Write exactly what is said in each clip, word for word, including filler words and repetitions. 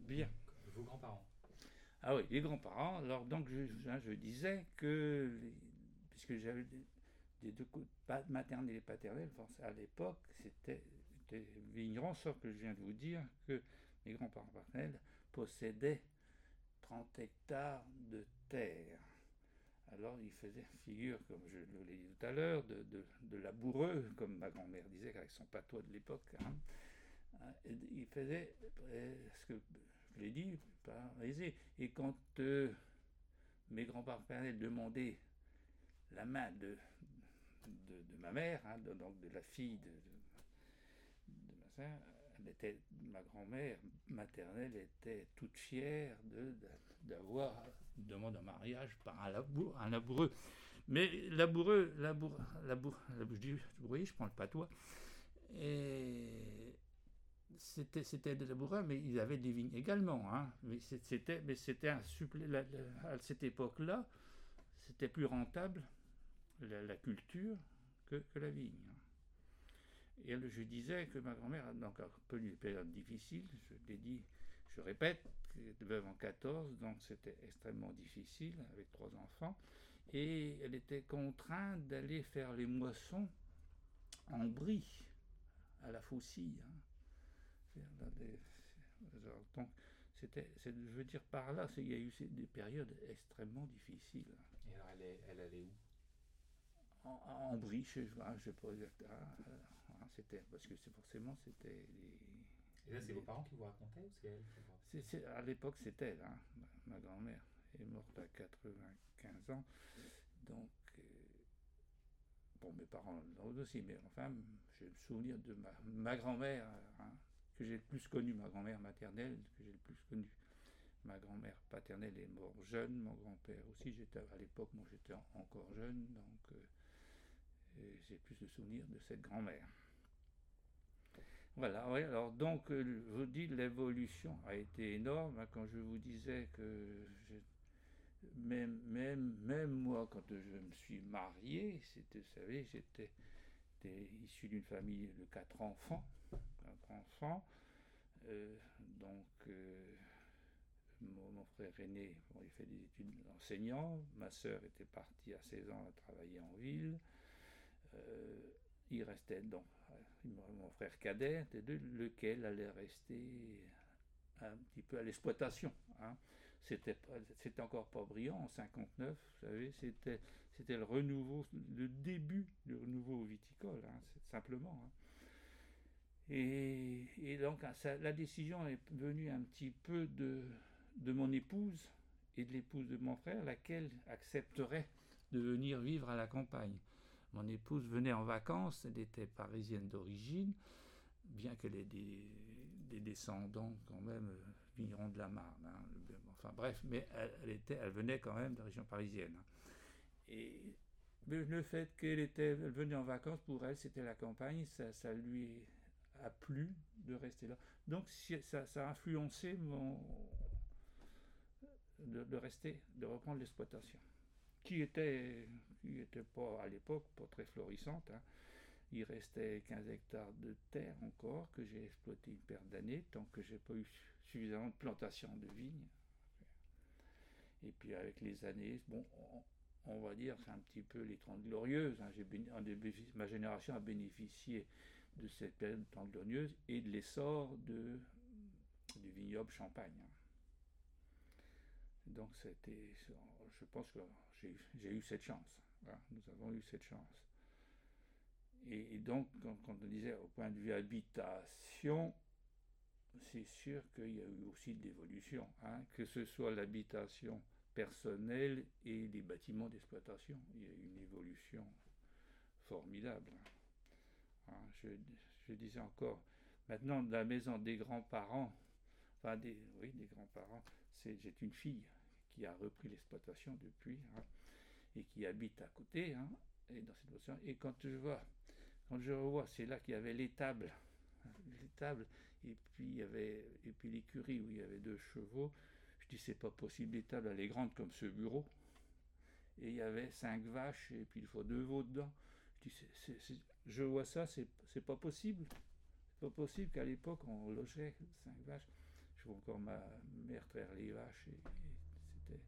Bien. Vos grands-parents. Ah oui, les grands-parents. Alors donc je, je disais que, les, puisque j'avais des, des deux côtés, maternelle et paternelle, à l'époque, c'était des vignerons, sauf que je viens de vous dire que mes grands-parents paternels possédaient trente hectares de terre. Alors il faisait figure, comme je l'ai dit tout à l'heure, de, de, de laboureux, comme ma grand-mère disait avec son patois de l'époque. Hein. Il faisait ce que je l'ai dit, pas aisé. Et quand euh, mes grands-parents paternels demandaient la main de, de, de ma mère, hein, de, donc de la fille de, de, de ma soeur, elle était, ma grand-mère maternelle était toute fière de, de, d'avoir une demande en mariage par un, labour, un laboureux. Mais laboureux, labour, labour, labour, je dis, oui, je prends le patois. Et c'était, c'était des laboureurs, mais ils avaient des vignes également. Hein. Mais, c'était, mais c'était un supplé, la, la, à cette époque-là, c'était plus rentable la, la culture que, que la vigne. Et je disais que ma grand-mère a donc connu une période difficile, je l'ai dit, je répète, de veuve en quatorze, donc c'était extrêmement difficile avec trois enfants. Et elle était contrainte d'aller faire les moissons en brie, à la faucille. Hein. Donc, c'était, c'est, je veux dire par là, c'est, il y a eu des périodes extrêmement difficiles. Et alors, elle, est, elle allait où? En, en brie, je ne sais pas exactement. C'était, parce que c'est forcément, c'était les... Et là, c'est les... vos parents qui vous racontaient ou c'est elle qui vous racontait? c'est, c'est, À l'époque, c'était elle, hein, ma, ma grand-mère. Elle est morte à quatre-vingt-quinze ans. Donc, euh, bon, mes parents l'ont aussi, mais enfin, j'ai le souvenir de ma, ma grand-mère, hein, que j'ai le plus connue, ma grand-mère maternelle, que j'ai le plus connue. Ma grand-mère paternelle est morte jeune, mon grand-père aussi. J'étais, à l'époque, moi, j'étais encore jeune, donc euh, j'ai plus de souvenirs de cette grand-mère. Voilà, oui, alors donc, je vous dis, l'évolution a été énorme. Quand je vous disais que j'ai, même, même, même moi, quand je me suis marié, c'était, vous savez, j'étais, j'étais issu d'une famille de quatre enfants. Quatre enfants. Euh, donc, euh, mon, mon frère aîné, bon, il fait des études d'enseignant. Ma sœur était partie à seize ans à travailler en ville. Euh, il restait donc mon frère cadet, lequel allait rester un petit peu à l'exploitation. Hein. C'était, c'était encore pas brillant en cinquante-neuf, vous savez, c'était, c'était le renouveau, le début du renouveau viticole, hein, simplement. Hein. Et, et donc ça, la décision est venue un petit peu de, de mon épouse et de l'épouse de mon frère, laquelle accepterait de venir vivre à la campagne. Mon épouse venait en vacances, elle était parisienne d'origine, bien qu'elle ait des, des descendants quand même euh, vignerons de la Marne. Hein. Enfin bref, mais elle, elle, était, elle venait quand même de la région parisienne. Hein. Et le fait qu'elle était, elle venait en vacances, pour elle, c'était la campagne, ça, ça lui a plu de rester là. Donc ça, ça a influencé mon... de, de rester, de reprendre l'exploitation. Qui était, qui était pas à l'époque pas très florissante. Hein. Il restait quinze hectares de terre encore que j'ai exploité une paire d'années tant que j'ai pas eu suffisamment de plantation de vignes. Et puis avec les années, bon, on, on va dire c'est un petit peu les Trente Glorieuses. Hein. J'ai, ma génération a bénéficié de cette période de Trente Glorieuses et de l'essor de, du vignoble Champagne. Donc c'était, je pense que j'ai, j'ai eu cette chance. Voilà, nous avons eu cette chance. Et, et donc, quand, quand on disait au point de vue habitation, c'est sûr qu'il y a eu aussi de l'évolution, hein, que ce soit l'habitation personnelle et les bâtiments d'exploitation. Il y a eu une évolution formidable. Hein, je, je disais encore, maintenant, la maison des grands-parents, enfin, des, oui, des grands-parents, c'est, j'ai une fille qui a repris l'exploitation depuis, hein, et qui habite à côté, hein, et dans cette position. Et quand je vois, quand je revois, c'est là qu'il y avait l'étable, l'étable, et puis il y avait, et puis l'écurie où il y avait deux chevaux. Je dis c'est pas possible, l'étable elle est grande comme ce bureau, et il y avait cinq vaches et puis il faut deux veaux dedans. Je dis c'est, c'est, c'est, je vois ça, c'est, c'est pas possible, c'est pas possible qu'à l'époque on logeait cinq vaches. Je vois encore ma mère traire les vaches. Et, et c'était,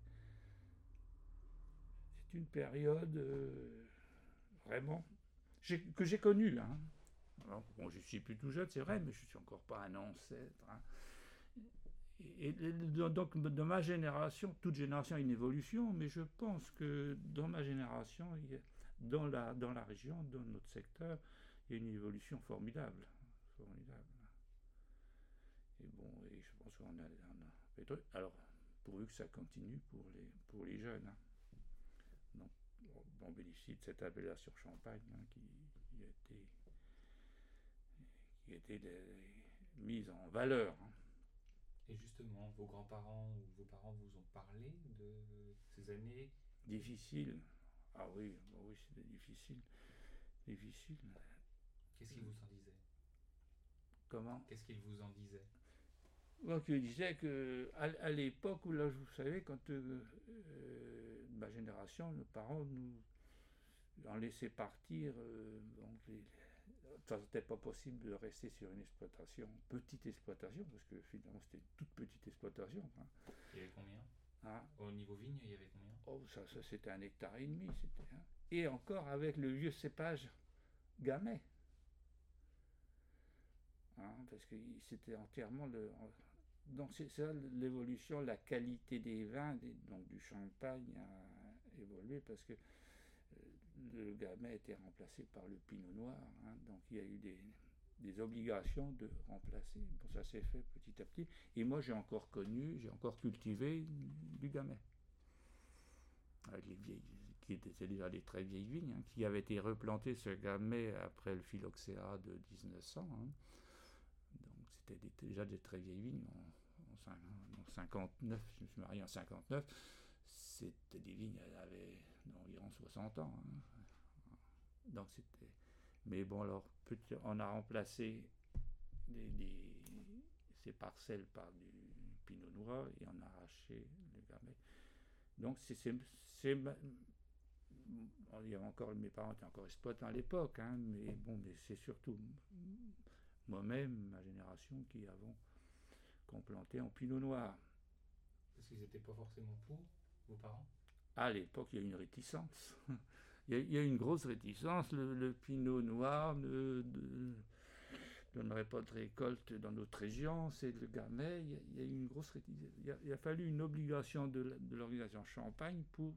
c'est une période euh, vraiment j'ai, que j'ai connue. Hein. Alors, bon, je suis plus tout jeune, c'est vrai, mais je suis encore pas un ancêtre. Hein. Et, et, donc, de ma génération, toute génération a une évolution, mais je pense que dans ma génération, il y a, dans, la, dans la région, dans notre secteur, il y a une évolution formidable. formidable. Et bon, et je pense qu'on a, on a... Alors, pourvu que ça continue pour les, pour les jeunes. Hein. Donc, on bénéficie de cette appellation Champagne hein, qui, qui a été, qui a été de, mise en valeur. Hein. Et justement, vos grands-parents ou vos parents vous ont parlé de ces années difficiles? Ah oui, bah oui, c'était difficile. Difficile. Qu'est-ce qu'ils vous en disaient? Comment? Qu'est-ce qu'ils vous en disaient? Donc, je disais que à, à l'époque où là, vous savez, quand euh, euh, ma génération, nos parents nous en laissaient partir, euh, donc les, ça n'était pas possible de rester sur une exploitation, petite exploitation, parce que finalement c'était une toute petite exploitation. Hein. Il y avait combien? Hein? Au niveau vigne, il y avait combien? Oh, ça, ça c'était un hectare et demi, c'était. Hein. Et encore avec le vieux cépage Gamay. Hein, parce que c'était entièrement le. Donc c'est ça l'évolution, la qualité des vins, des, donc du champagne a évolué parce que le Gamay a été remplacé par le Pinot Noir. Hein, donc il y a eu des, des obligations de remplacer. Bon, ça s'est fait petit à petit. Et moi j'ai encore connu, j'ai encore cultivé du Gamay. Avec les vieilles, qui étaient déjà des très vieilles vignes, hein, qui avaient été replantées ce Gamay après le phylloxéra de dix-neuf cents. Hein. Donc c'était des, déjà des très vieilles vignes. En, en, en cinquante-neuf, je me suis marié en cinquante-neuf, c'était des vignes, elles avaient environ soixante ans. Hein. Donc c'était. Mais bon, alors, petit, on a remplacé des, des, ces parcelles par du Pinot Noir et on a arraché le Gamay. Donc c'est, c'est, c'est il y avait encore, mes parents étaient encore exploitants à l'époque, hein, mais bon, mais c'est surtout moi-même, ma génération, qui avons complanté en Pinot Noir. Parce qu'ils n'étaient pas forcément pour, vos parents? À l'époque, il y a eu une réticence. il, y a, il y a eu une grosse réticence. Le, le Pinot Noir ne donnerait pas de récolte dans notre région, c'est le Gamay. Il y a, il y a eu une grosse réticence. Il a, il a fallu une obligation de, de l'organisation Champagne pour.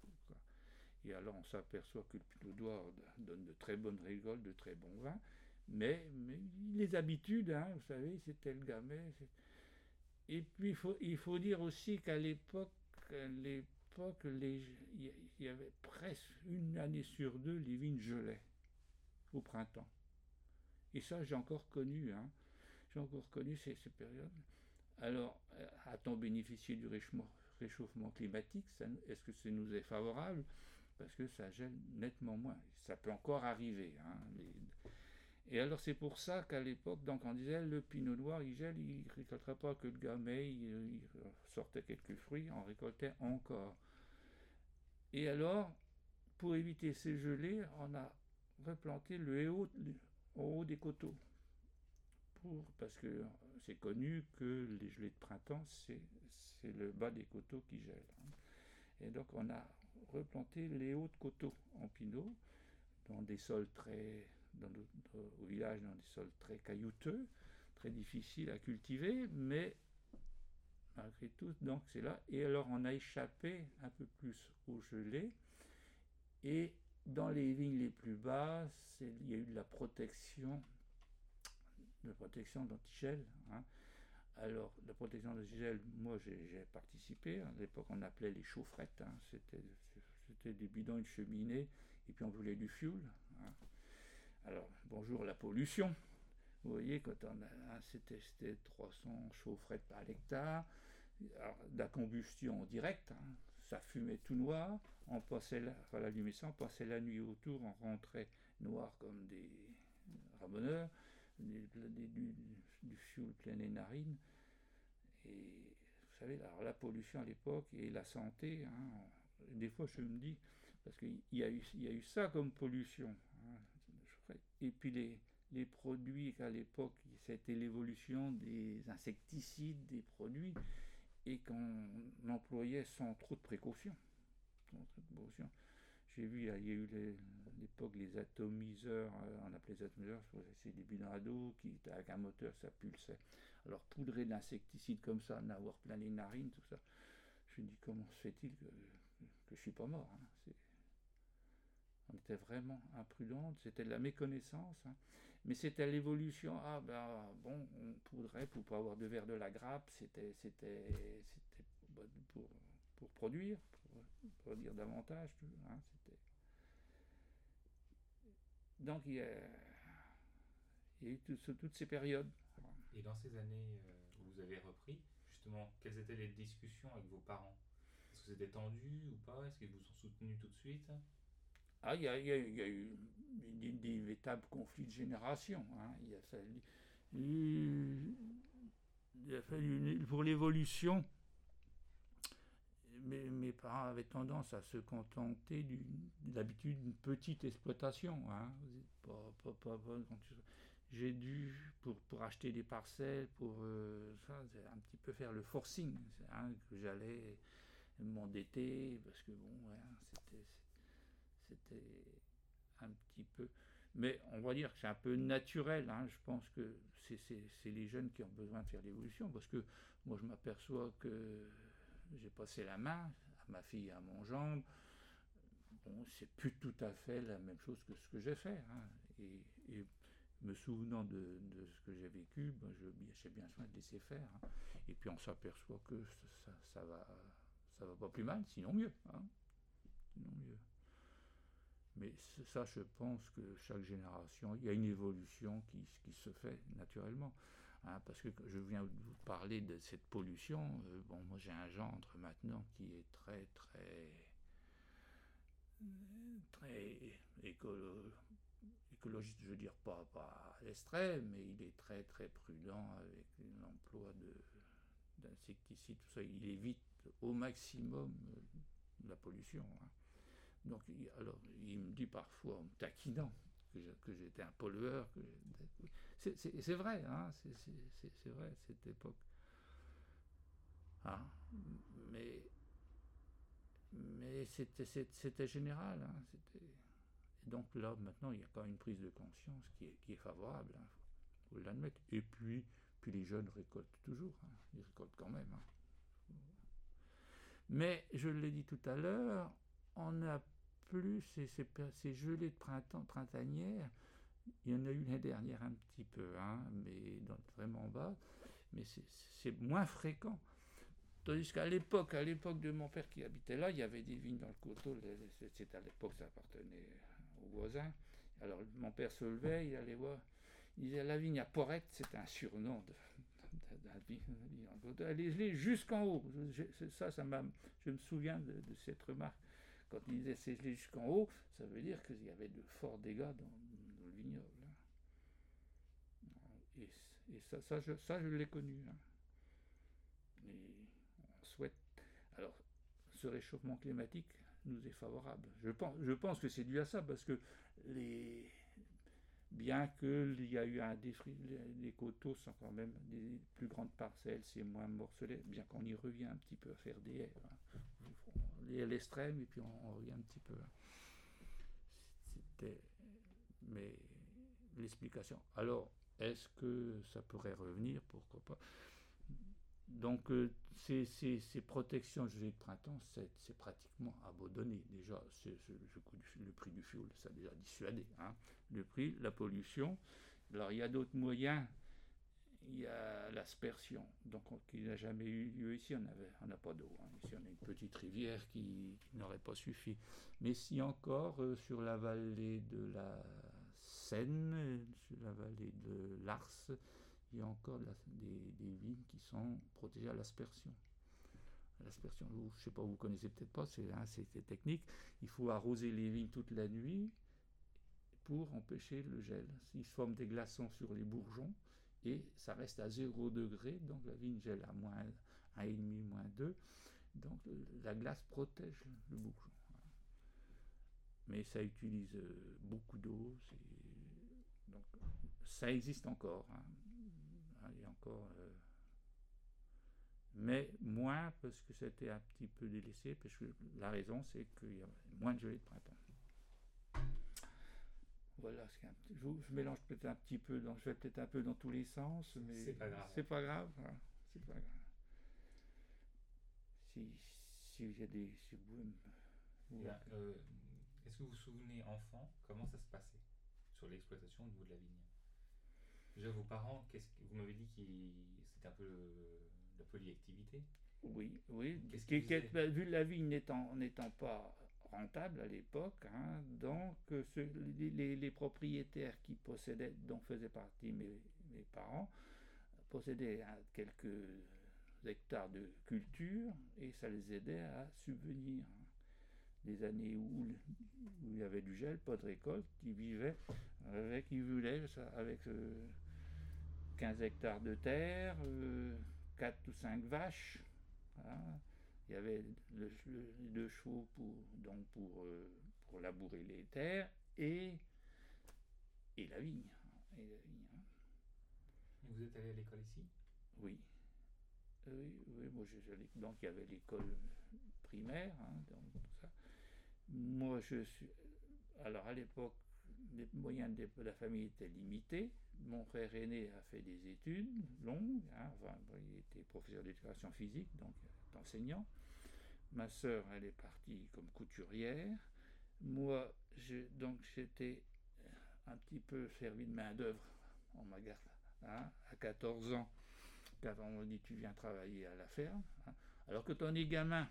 Et alors on s'aperçoit que le Pinot Noir donne de très bonnes récoltes, de très bons vins, mais, mais les habitudes, hein, vous savez, c'était le Gamay. C'est... Et puis il faut, il faut dire aussi qu'à l'époque, à l'époque les, il y avait presque une année sur deux, les vignes gelaient au printemps. Et ça, j'ai encore connu, hein, j'ai encore connu ces, ces périodes. Alors, a-t-on bénéficié du réchauffement, réchauffement climatique? Ça, est-ce que ça nous est favorable? Parce que ça gèle nettement moins. Ça peut encore arriver. Hein, les... Et alors c'est pour ça qu'à l'époque, donc on disait le Pinot Noir, il gèle, il ne récolterait pas que le Gamay, il, il sortait quelques fruits, on récoltait encore. Et alors, pour éviter ces gelées, on a replanté le haut, au haut des coteaux. Pour, parce que c'est connu que les gelées de printemps, c'est, c'est le bas des coteaux qui gèle. Hein. Et donc on a replanter les hauts de coteaux en pinot dans des sols très dans le, au village dans des sols très caillouteux, très difficiles à cultiver, mais malgré tout donc c'est là. Et alors on a échappé un peu plus aux gelées et dans les vignes les plus basses il y a eu de la protection de protection d'antigel. Hein. Alors, la protection d'antigel, moi j'ai, j'ai participé. À l'époque, on appelait les chaufferettes. Hein. C'était, c'était des bidons, une cheminée, et puis on voulait du fioul. Hein. Alors, bonjour la pollution. Vous voyez, quand on a, hein, c'était, c'était trois cents chaufferettes par hectare. Alors, de la combustion directe, hein. Ça fumait tout noir. On passait, la, enfin, l'allumait ça, on passait la nuit autour, on rentrait noir comme des ramoneurs. Des, des, du, du fioul plein les narines. Et vous savez, alors la pollution à l'époque et la santé, hein, des fois je me dis, parce qu'il y a eu, il y a eu ça comme pollution. Hein, et puis les, les produits qu'à l'époque, c'était l'évolution des insecticides, des produits, et qu'on employait sans trop de précautions. Sans trop de précautions. J'ai vu, il y a eu les, à l'époque les atomiseurs, euh, on appelait les atomiseurs, c'est des bidons qui, avec un moteur, ça pulsait. Alors poudrer de l'insecticide comme ça, en avoir plein les narines, tout ça, je me dis comment se fait-il que, que je ne suis pas mort, hein. C'est, on était vraiment imprudents, c'était de la méconnaissance, hein. Mais c'était l'évolution. Ah ben bon, on poudrait pour pas avoir de verre de la grappe, c'était, c'était, c'était pour, pour produire, pour produire davantage, hein, c'était... Donc il y a, il y a eu tout, toutes ces périodes. Et dans ces années euh, où vous avez repris, justement, quelles étaient les discussions avec vos parents? Est-ce que c'était tendu ou pas? Est-ce qu'ils vous ont soutenu tout de suite? Ah, il y a, il y a, il y a eu des, des véritables conflits de génération, hein. Il a fallu, il a fallu pour l'évolution. Mes, mes parents avaient tendance à se contenter d'habitude d'une petite exploitation, hein. Pas, pas, pas, pas, j'ai dû, pour, pour acheter des parcelles, pour euh, ça, un petit peu faire le forcing, hein, que j'allais m'endetter, parce que bon, ouais, c'était, c'était un petit peu... Mais on va dire que c'est un peu naturel, hein. Je pense que c'est, c'est, c'est les jeunes qui ont besoin de faire l'évolution, parce que moi je m'aperçois que j'ai passé la main à ma fille et à mon gendre. Bon, c'est plus tout à fait la même chose que ce que j'ai fait, hein. Et, et me souvenant de, de ce que j'ai vécu, ben je, j'ai bien soin de laisser faire, hein. Et puis on s'aperçoit que ça, ça va, ça va pas plus mal, sinon mieux, hein. Sinon mieux. Mais ça, je pense que chaque génération, il y a une évolution qui, qui se fait naturellement. Hein, parce que je viens de vous parler de cette pollution. Euh, bon, moi j'ai un gendre maintenant qui est très, très, très écolo, écologiste, je veux dire pas, pas à l'extrême, mais il est très, très prudent avec l'emploi de, d'insecticides, tout ça. Il évite au maximum la pollution, hein. Donc, alors, il me dit parfois, en me taquinant, que, je, que j'étais un pollueur. Que c'est, c'est, c'est vrai, hein, c'est, c'est, c'est vrai, cette époque. Hein, mais mais c'était, c'était général. Hein, c'était... Et donc là, maintenant, il y a quand même une prise de conscience qui est, qui est favorable, il hein, faut, faut l'admettre. Et puis, puis les jeunes récoltent toujours, hein, ils récoltent quand même. Hein. Mais, je l'ai dit tout à l'heure, on a plus ces, ces, ces gelées de printemps, printanières. Il y en a eu l'année dernière un petit peu, hein, mais dans, vraiment bas, mais c'est, c'est moins fréquent. Tandis qu'à l'époque, à l'époque de mon père qui habitait là, il y avait des vignes dans le coteau, c'était à l'époque, ça appartenait aux voisins. Alors mon père se levait, il allait voir, il disait la vigne à Porrette, c'était un surnom de, de, de la vigne en coteau. Elle est jusqu'en haut. Je, ça, ça m'a, je me souviens de, de cette remarque. Quand il disait c'est gelé jusqu'en haut, ça veut dire qu'il y avait de forts dégâts dans, dans le vignoble. Et, et ça, ça, je, ça, je l'ai connu. Hein. Et on souhaite. Alors, ce réchauffement climatique nous est favorable. Je pense, je pense que c'est dû à ça, parce que les, bien qu'il y a eu un défri, les, les coteaux sont quand même des plus grandes parcelles, c'est moins morcelé, bien qu'on y revient un petit peu à faire des haies. Hein. Les à l'extrême, et puis on, on revient un petit peu. C'était. Mais l'explication. Alors, est-ce que ça pourrait revenir? Pourquoi pas? Donc, euh, ces, ces, ces protections gelées de printemps, c'est, c'est pratiquement abandonné. Déjà, c'est, c'est, le, le prix du fioul, ça a déjà dissuadé. Hein. Le prix, la pollution. Alors, il y a d'autres moyens. Il y a l'aspersion, donc qui n'a jamais eu lieu ici. On n'a pas d'eau. Hein. Ici, on a une petite rivière qui, qui n'aurait pas suffi. Mais si encore, euh, sur la vallée de la Seine, sur la vallée de l'Ars, il y a encore la, des, des vignes qui sont protégées à l'aspersion. L'aspersion, vous, je ne sais pas, vous connaissez peut-être pas, c'est, hein, c'est technique. Il faut arroser les vignes toute la nuit pour empêcher le gel. Il se forme des glaçons sur les bourgeons et ça reste à zéro degré, donc la vigne gèle à moins un virgule cinq, moins deux. Donc la glace protège le bourgeon. Mais ça utilise beaucoup d'eau. C'est... Donc ça existe encore. Hein. Il y a encore. Euh, mais moins parce que c'était un petit peu délaissé, parce que la raison c'est qu'il y a moins de gelée de printemps. Voilà, je, je mélange peut-être un petit peu, dans, je vais peut-être un peu dans tous les sens, mais c'est pas grave. C'est pas grave, hein, c'est pas grave. Si, si il y a des, si vous, vous Là, euh, est-ce que vous vous souvenez enfant comment ça se passait sur l'exploitation au niveau de la vigne? Déjà vos parents, qu'est-ce que vous m'avez dit que c'était un peu le, la polyactivité? Oui, oui. Qu'est-ce qui, qui qui, vu la vigne n'étant, n'étant pas rentable à l'époque, hein, donc ce, les, les, les propriétaires qui possédaient, dont faisaient partie mes, mes parents, possédaient hein, quelques hectares de culture et ça les aidait à subvenir. Hein. Des années où, où il y avait du gel, pas de récolte, ils vivaient avec, ils voulaient, avec euh, quinze hectares de terre, euh, quatre ou cinq vaches. Hein. Il y avait le, le, les deux chevaux pour, donc pour, euh, pour labourer les terres et, et la vigne. Et la vigne hein. Et vous êtes allé à l'école ici? Oui. Oui, oui, moi j'allais. Donc il y avait l'école primaire, hein, donc tout ça. Moi je suis. Alors à l'époque, les moyens de la famille étaient limités. Mon frère aîné a fait des études longues, hein, enfin, il était professeur d'éducation physique, donc enseignant. Ma sœur, elle est partie comme couturière. Moi, je, donc j'étais un petit peu servi de main d'œuvre en ma garde. Hein, à quatorze ans, quand on me dit tu viens travailler à la ferme. Hein, alors que ton es gamin,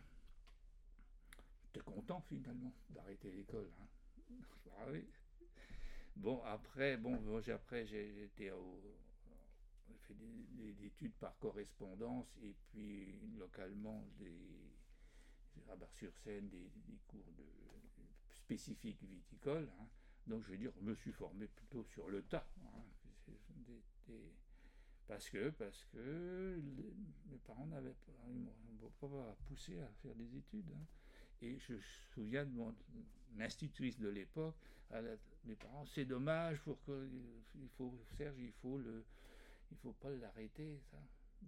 t'es content finalement d'arrêter l'école. Hein. Ah oui. Bon après, bon après j'ai été au, j'ai fait des, des, des études par correspondance et puis localement des Rabat-sur-Seine des, des cours de, de spécifiques viticoles. Hein. Donc je veux dire, je me suis formé plutôt sur le tas. Hein. Des, des, parce que, parce que les, mes parents n'avaient pas, ils m'ont pas poussé à faire des études. Hein. Et je me souviens de mon institutrice de l'époque, mes parents, c'est dommage, pour que, il faut, Serge, il faut le, il faut pas l'arrêter, ça.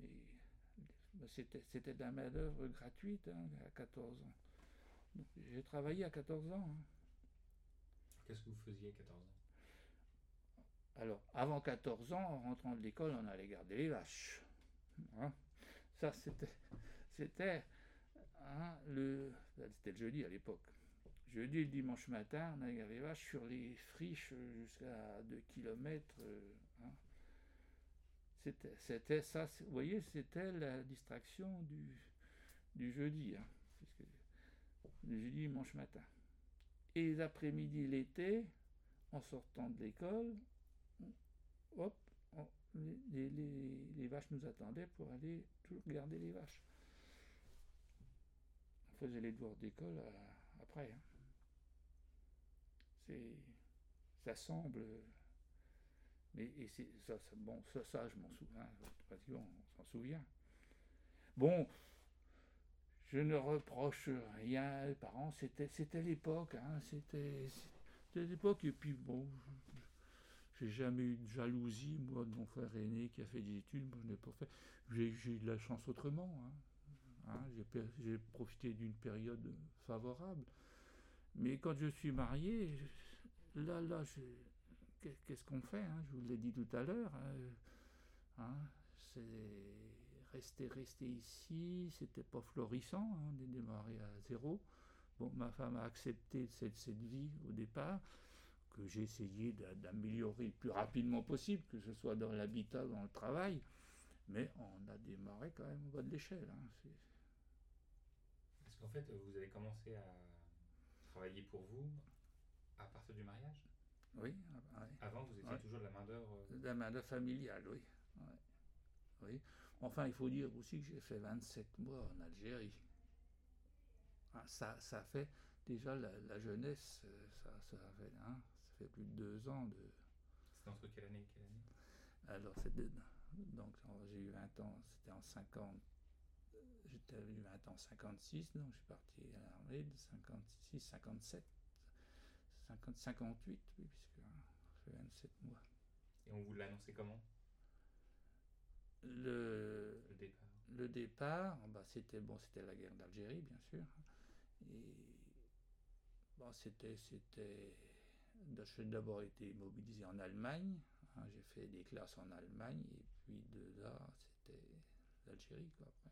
Mais c'était, c'était de la main-d'œuvre gratuite hein, à quatorze ans. Donc, j'ai travaillé à quatorze ans. Hein. Qu'est-ce que vous faisiez à quatorze ans? Alors, avant quatorze ans, en rentrant de l'école, on allait garder les vaches. Hein. Ça, c'était, c'était, hein, le, c'était le jeudi à l'époque. Jeudi et le dimanche matin, on allait garder les vaches sur les friches jusqu'à deux kilomètres. Hein. C'était, c'était ça, vous voyez, c'était la distraction du, du jeudi, hein, le jeudi dimanche matin. Et les après-midi, l'été, en sortant de l'école, hop, on, les, les, les vaches nous attendaient pour aller toujours garder les vaches. On faisait les devoirs d'école à, après. Hein. C'est, ça semble... Mais et c'est, ça, ça, bon, ça, ça, je m'en souviens, pratiquement, on s'en souvient. Bon, je ne reproche rien aux parents, c'était, c'était l'époque, hein, c'était, c'était l'époque, et puis bon, j'ai jamais eu de jalousie, moi, de mon frère aîné qui a fait des études, moi je n'ai pas fait, j'ai, j'ai eu de la chance autrement, hein, hein, j'ai, j'ai profité d'une période favorable, mais quand je suis marié, là, là, je... Qu'est-ce qu'on fait hein? Je vous l'ai dit tout à l'heure. Hein? Hein? C'est rester, rester ici, c'était pas florissant hein, de démarrer à zéro. Bon, ma femme a accepté cette, cette vie au départ, que j'ai essayé d'améliorer le plus rapidement possible, que ce soit dans l'habitat, dans le travail, mais on a démarré quand même au bas de l'échelle. Hein. C'est... Est-ce qu'en fait, vous avez commencé à travailler pour vous à partir du mariage? Oui, oui. Avant, vous étiez ouais. toujours de la main-d'œuvre De la main-d'œuvre familiale, oui. Ouais. Oui. Enfin, il faut dire aussi que j'ai fait vingt-sept mois en Algérie. Ah, ça, ça fait déjà la, la jeunesse, ça, ça, fait, hein, ça fait plus de deux ans. De... C'était entre quelle année et quelle année? Alors, c'était, donc, j'ai eu vingt ans, c'était en cinquante. J'avais eu vingt ans en cinquante-six, donc je suis parti à l'armée de cinquante-six, cinquante-sept. cinquante, cinquante-huit, oui, puisque hein, ça fait vingt-sept mois. Et on vous l'a annoncé comment? Le, Le départ. le départ, bah, c'était bon, c'était la guerre d'Algérie, bien sûr. Et bon, c'était, c'était, j'ai d'abord été mobilisé en Allemagne. Hein, j'ai fait des classes en Allemagne et puis de là, c'était l'Algérie, quoi, après.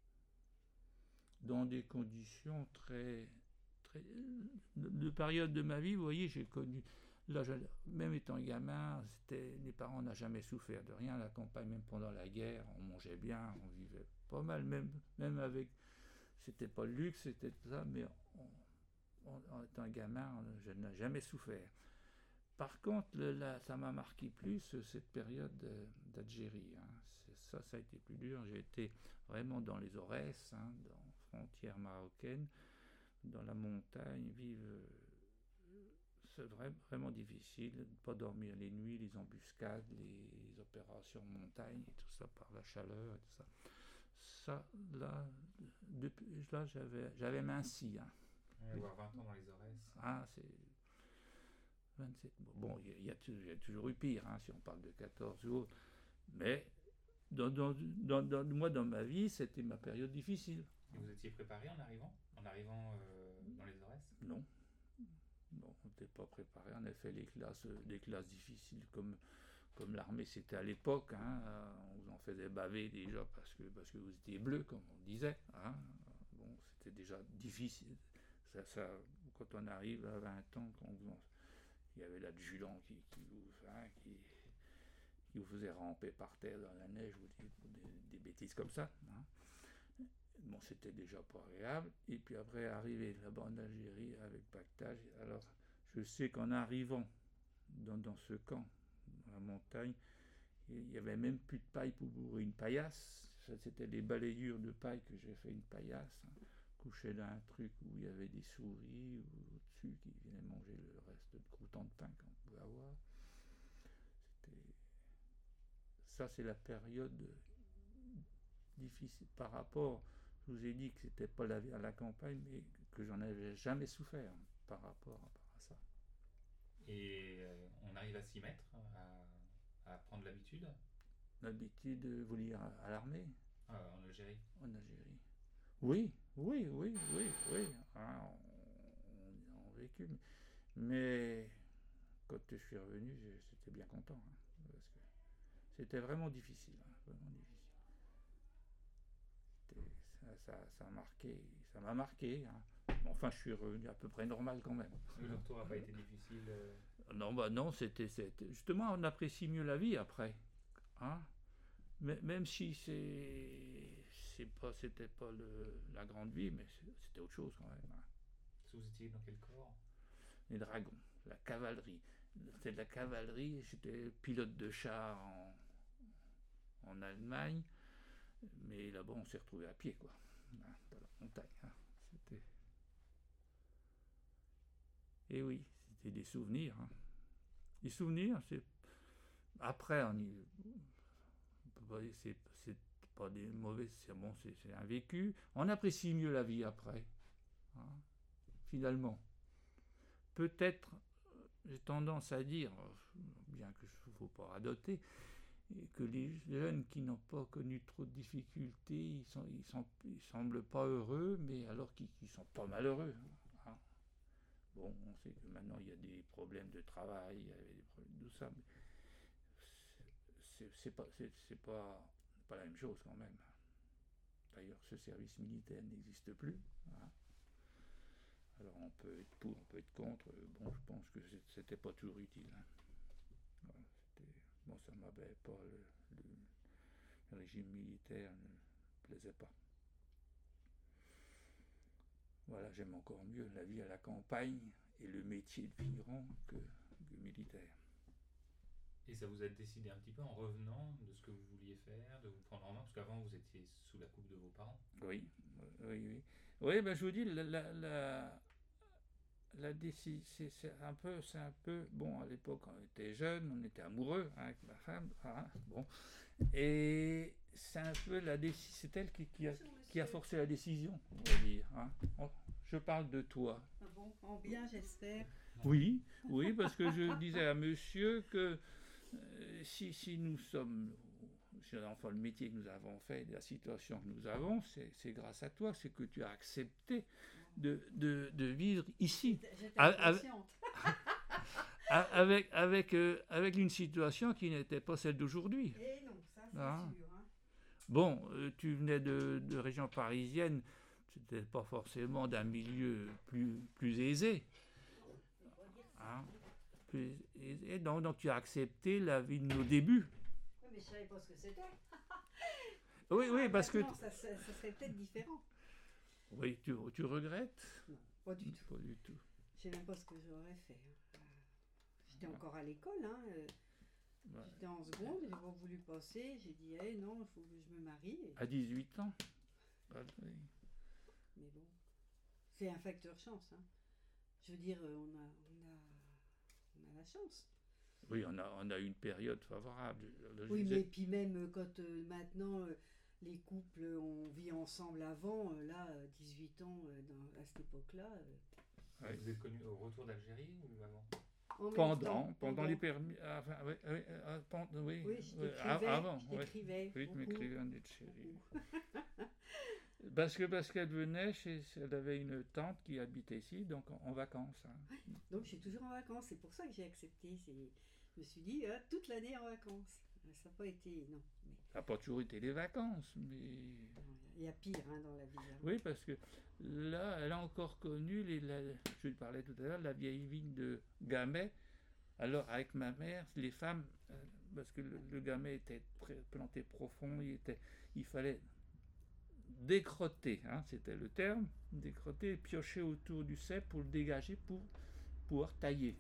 Dans des conditions très, très, de, de période de ma vie, vous voyez, j'ai connu. Là, je, même étant gamin, c'était, les parents n'ont jamais souffert de rien à la campagne, même pendant la guerre, on mangeait bien, on vivait pas mal, même, même avec, c'était pas le luxe, c'était tout ça, mais on, on, en étant gamin, je n'ai jamais souffert. Par contre, le, là, ça m'a marqué plus cette période d'Algérie. Hein. Ça, ça a été plus dur. J'ai été vraiment dans les Aurès, hein, dans la frontière marocaine, dans la montagne, vivre. C'est vrai, vraiment difficile, ne pas dormir les nuits, les embuscades, les opérations en montagne, et tout ça par la chaleur et tout ça. Ça, là, depuis, là j'avais, j'avais minci. Hein. On va avoir vingt ans dans les Aurès. Ah, c'est vingt-sept. Bon, il y, y, y a toujours eu pire, hein, si on parle de quatorze jours. Mais dans, dans, dans, dans, moi, dans ma vie, c'était ma période difficile. Et vous étiez préparé en arrivant En arrivant euh, dans les Aurès? Non. Non, on n'était pas préparé. On a fait les classes, des classes difficiles comme, comme l'armée, c'était à l'époque. Hein, on vous en faisait baver déjà parce que, parce que vous étiez bleu, comme on disait. Hein. Bon, c'était déjà difficile. Ça, ça, quand on arrive à vingt ans, quand vous en, il y avait l'adjudant qui, qui, vous, hein, qui, qui vous faisait ramper par terre dans la neige, ou des, des, des bêtises comme ça. Hein. Bon, c'était déjà pas agréable. Et puis après, arriver là-bas en Algérie avec pactage. Alors, je sais qu'en arrivant dans, dans ce camp, dans la montagne, il n'y avait même plus de paille pour bourrer une paillasse. C'était des balayures de paille que j'ai fait une paillasse. Hein, couché dans un truc où il y avait des souris ou au-dessus qui venaient manger le reste de croûtons de pain qu'on pouvait avoir. C'était... Ça, c'est la période difficile par rapport... Je vous ai dit que c'était pas la vie à la campagne, mais que j'en avais jamais souffert par rapport à ça. Et euh, on arrive à s'y mettre, à, à prendre l'habitude? L'habitude, vous dire à, à l'armée? Ah, en Algérie. En Algérie. Oui, oui, oui, oui, oui. Hein, on, on, on vécu. Mais quand je suis revenu, j'étais bien content. Hein, parce que c'était vraiment difficile. Hein, vraiment difficile. Ça, ça, ça, a marqué, ça m'a marqué. Hein. Bon, enfin, je suis revenu à peu près normal quand même. Le retour n'a pas été difficile euh... Non, bah non, c'était, c'était... Justement, on apprécie mieux la vie après. Hein. Mais, même si c'est, c'est pas, c'était pas le, la grande vie, mais c'était autre chose quand même. Hein. Vous étiez dans quel corps? Les dragons, la cavalerie. C'était de la cavalerie, j'étais pilote de char en, en Allemagne. Mais là-bas, on s'est retrouvé à pied, quoi, hein, dans la montagne. Hein. C'était... Et oui, c'était des souvenirs. Hein. Des souvenirs, c'est... Après, on y... c'est, c'est pas des mauvais... C'est, bon, c'est, c'est un vécu. On apprécie mieux la vie après, hein, finalement. Peut-être, j'ai tendance à dire, bien que je ne faut pas radoter, que les jeunes qui n'ont pas connu trop de difficultés, ils sont, ils sont, ils semblent pas heureux, mais alors qu'ils, qu'ils sont pas malheureux. Hein. Bon, on sait que maintenant il y a des problèmes de travail, il y a des problèmes de tout ça, mais c'est, c'est pas, c'est, c'est pas, pas la même chose quand même. D'ailleurs, ce service militaire n'existe plus. Hein. Alors on peut être pour, on peut être contre. Bon, je pense que c'était pas toujours utile. Hein. Voilà, c'était... Bon, ça ne m'avait pas, le, le, le régime militaire ne me plaisait pas. Voilà, j'aime encore mieux la vie à la campagne et le métier de vigneron que, que militaire. Et ça vous a décidé un petit peu en revenant de ce que vous vouliez faire, de vous prendre en main, parce qu'avant vous étiez sous la coupe de vos parents? Oui, oui, oui. Oui, ben je vous dis, la, la, la, la décision, c'est, c'est un peu, c'est un peu, bon, à l'époque on était jeunes, on était amoureux hein, avec ma femme, hein, bon, et c'est un peu la décision, c'est elle qui, qui, a, qui a forcé la décision, on va dire. Hein. Je parle de toi. Ah bon, en bien j'espère. Oui, oui, parce que je disais à monsieur que euh, si, si nous sommes, enfin le métier que nous avons fait, la situation que nous avons, c'est, c'est grâce à toi, c'est que tu as accepté de, de, de vivre ici. J'étais inconsciente. Avec, avec, euh, avec une situation qui n'était pas celle d'aujourd'hui. Et non, ça c'est Ah. sûr. Hein. Bon, euh, tu venais de, de région parisienne, c'était pas forcément d'un milieu plus, plus aisé. Hein, plus aisé. Donc, donc tu as accepté la vie de nos débuts. Oui, mais je savais pas ce que c'était. Oui, oui, parce que... Non, ça, ça, ça serait peut-être différent. Oui, tu, tu regrettes? Non, pas du tout. Pas du tout. Je sais même pas ce que j'aurais fait. Hein. J'étais encore à l'école, hein. Ouais. J'étais en seconde, j'ai pas voulu passer, j'ai dit hey, non, il faut que je me marie. Et... À dix-huit ans. Ah, oui. Mais bon, c'est un facteur chance. Hein. Je veux dire, on a, on a, on a la chance. Oui, on a, on a une période favorable. Le oui, mais puis même quand euh, maintenant euh, les couples, on vit ensemble avant, euh, là, dix-huit ans, euh, dans, à cette époque-là. Euh... Ouais. Vous êtes connu au retour d'Algérie ou avant? Pendant, pendant, pendant les permis. Enfin, oui, oui, euh, pendant, oui, oui, je t'écrivais. Avant, je t'écrivais. Oui, tu m'écrivais en Algérie. Parce que parce qu'elle venait, chez, elle avait une tante qui habitait ici, donc en, en vacances. Hein. Ouais, donc je suis toujours en vacances, c'est pour ça que j'ai accepté. C'est, je me suis dit, hein, toute l'année en vacances. Ça n'a pas été, non. Mais... Ça n'a pas toujours été les vacances, mais... Il y a pire hein, dans la vie. Hein. Oui, parce que là, elle a encore connu, les, la, je lui parlais tout à l'heure, la vieille vigne de Gamay. Alors, avec ma mère, les femmes, euh, parce que le, le Gamay était planté profond, il, était, il fallait décrotter, hein, c'était le terme, décrotter et piocher autour du cep pour le dégager, pour pouvoir tailler.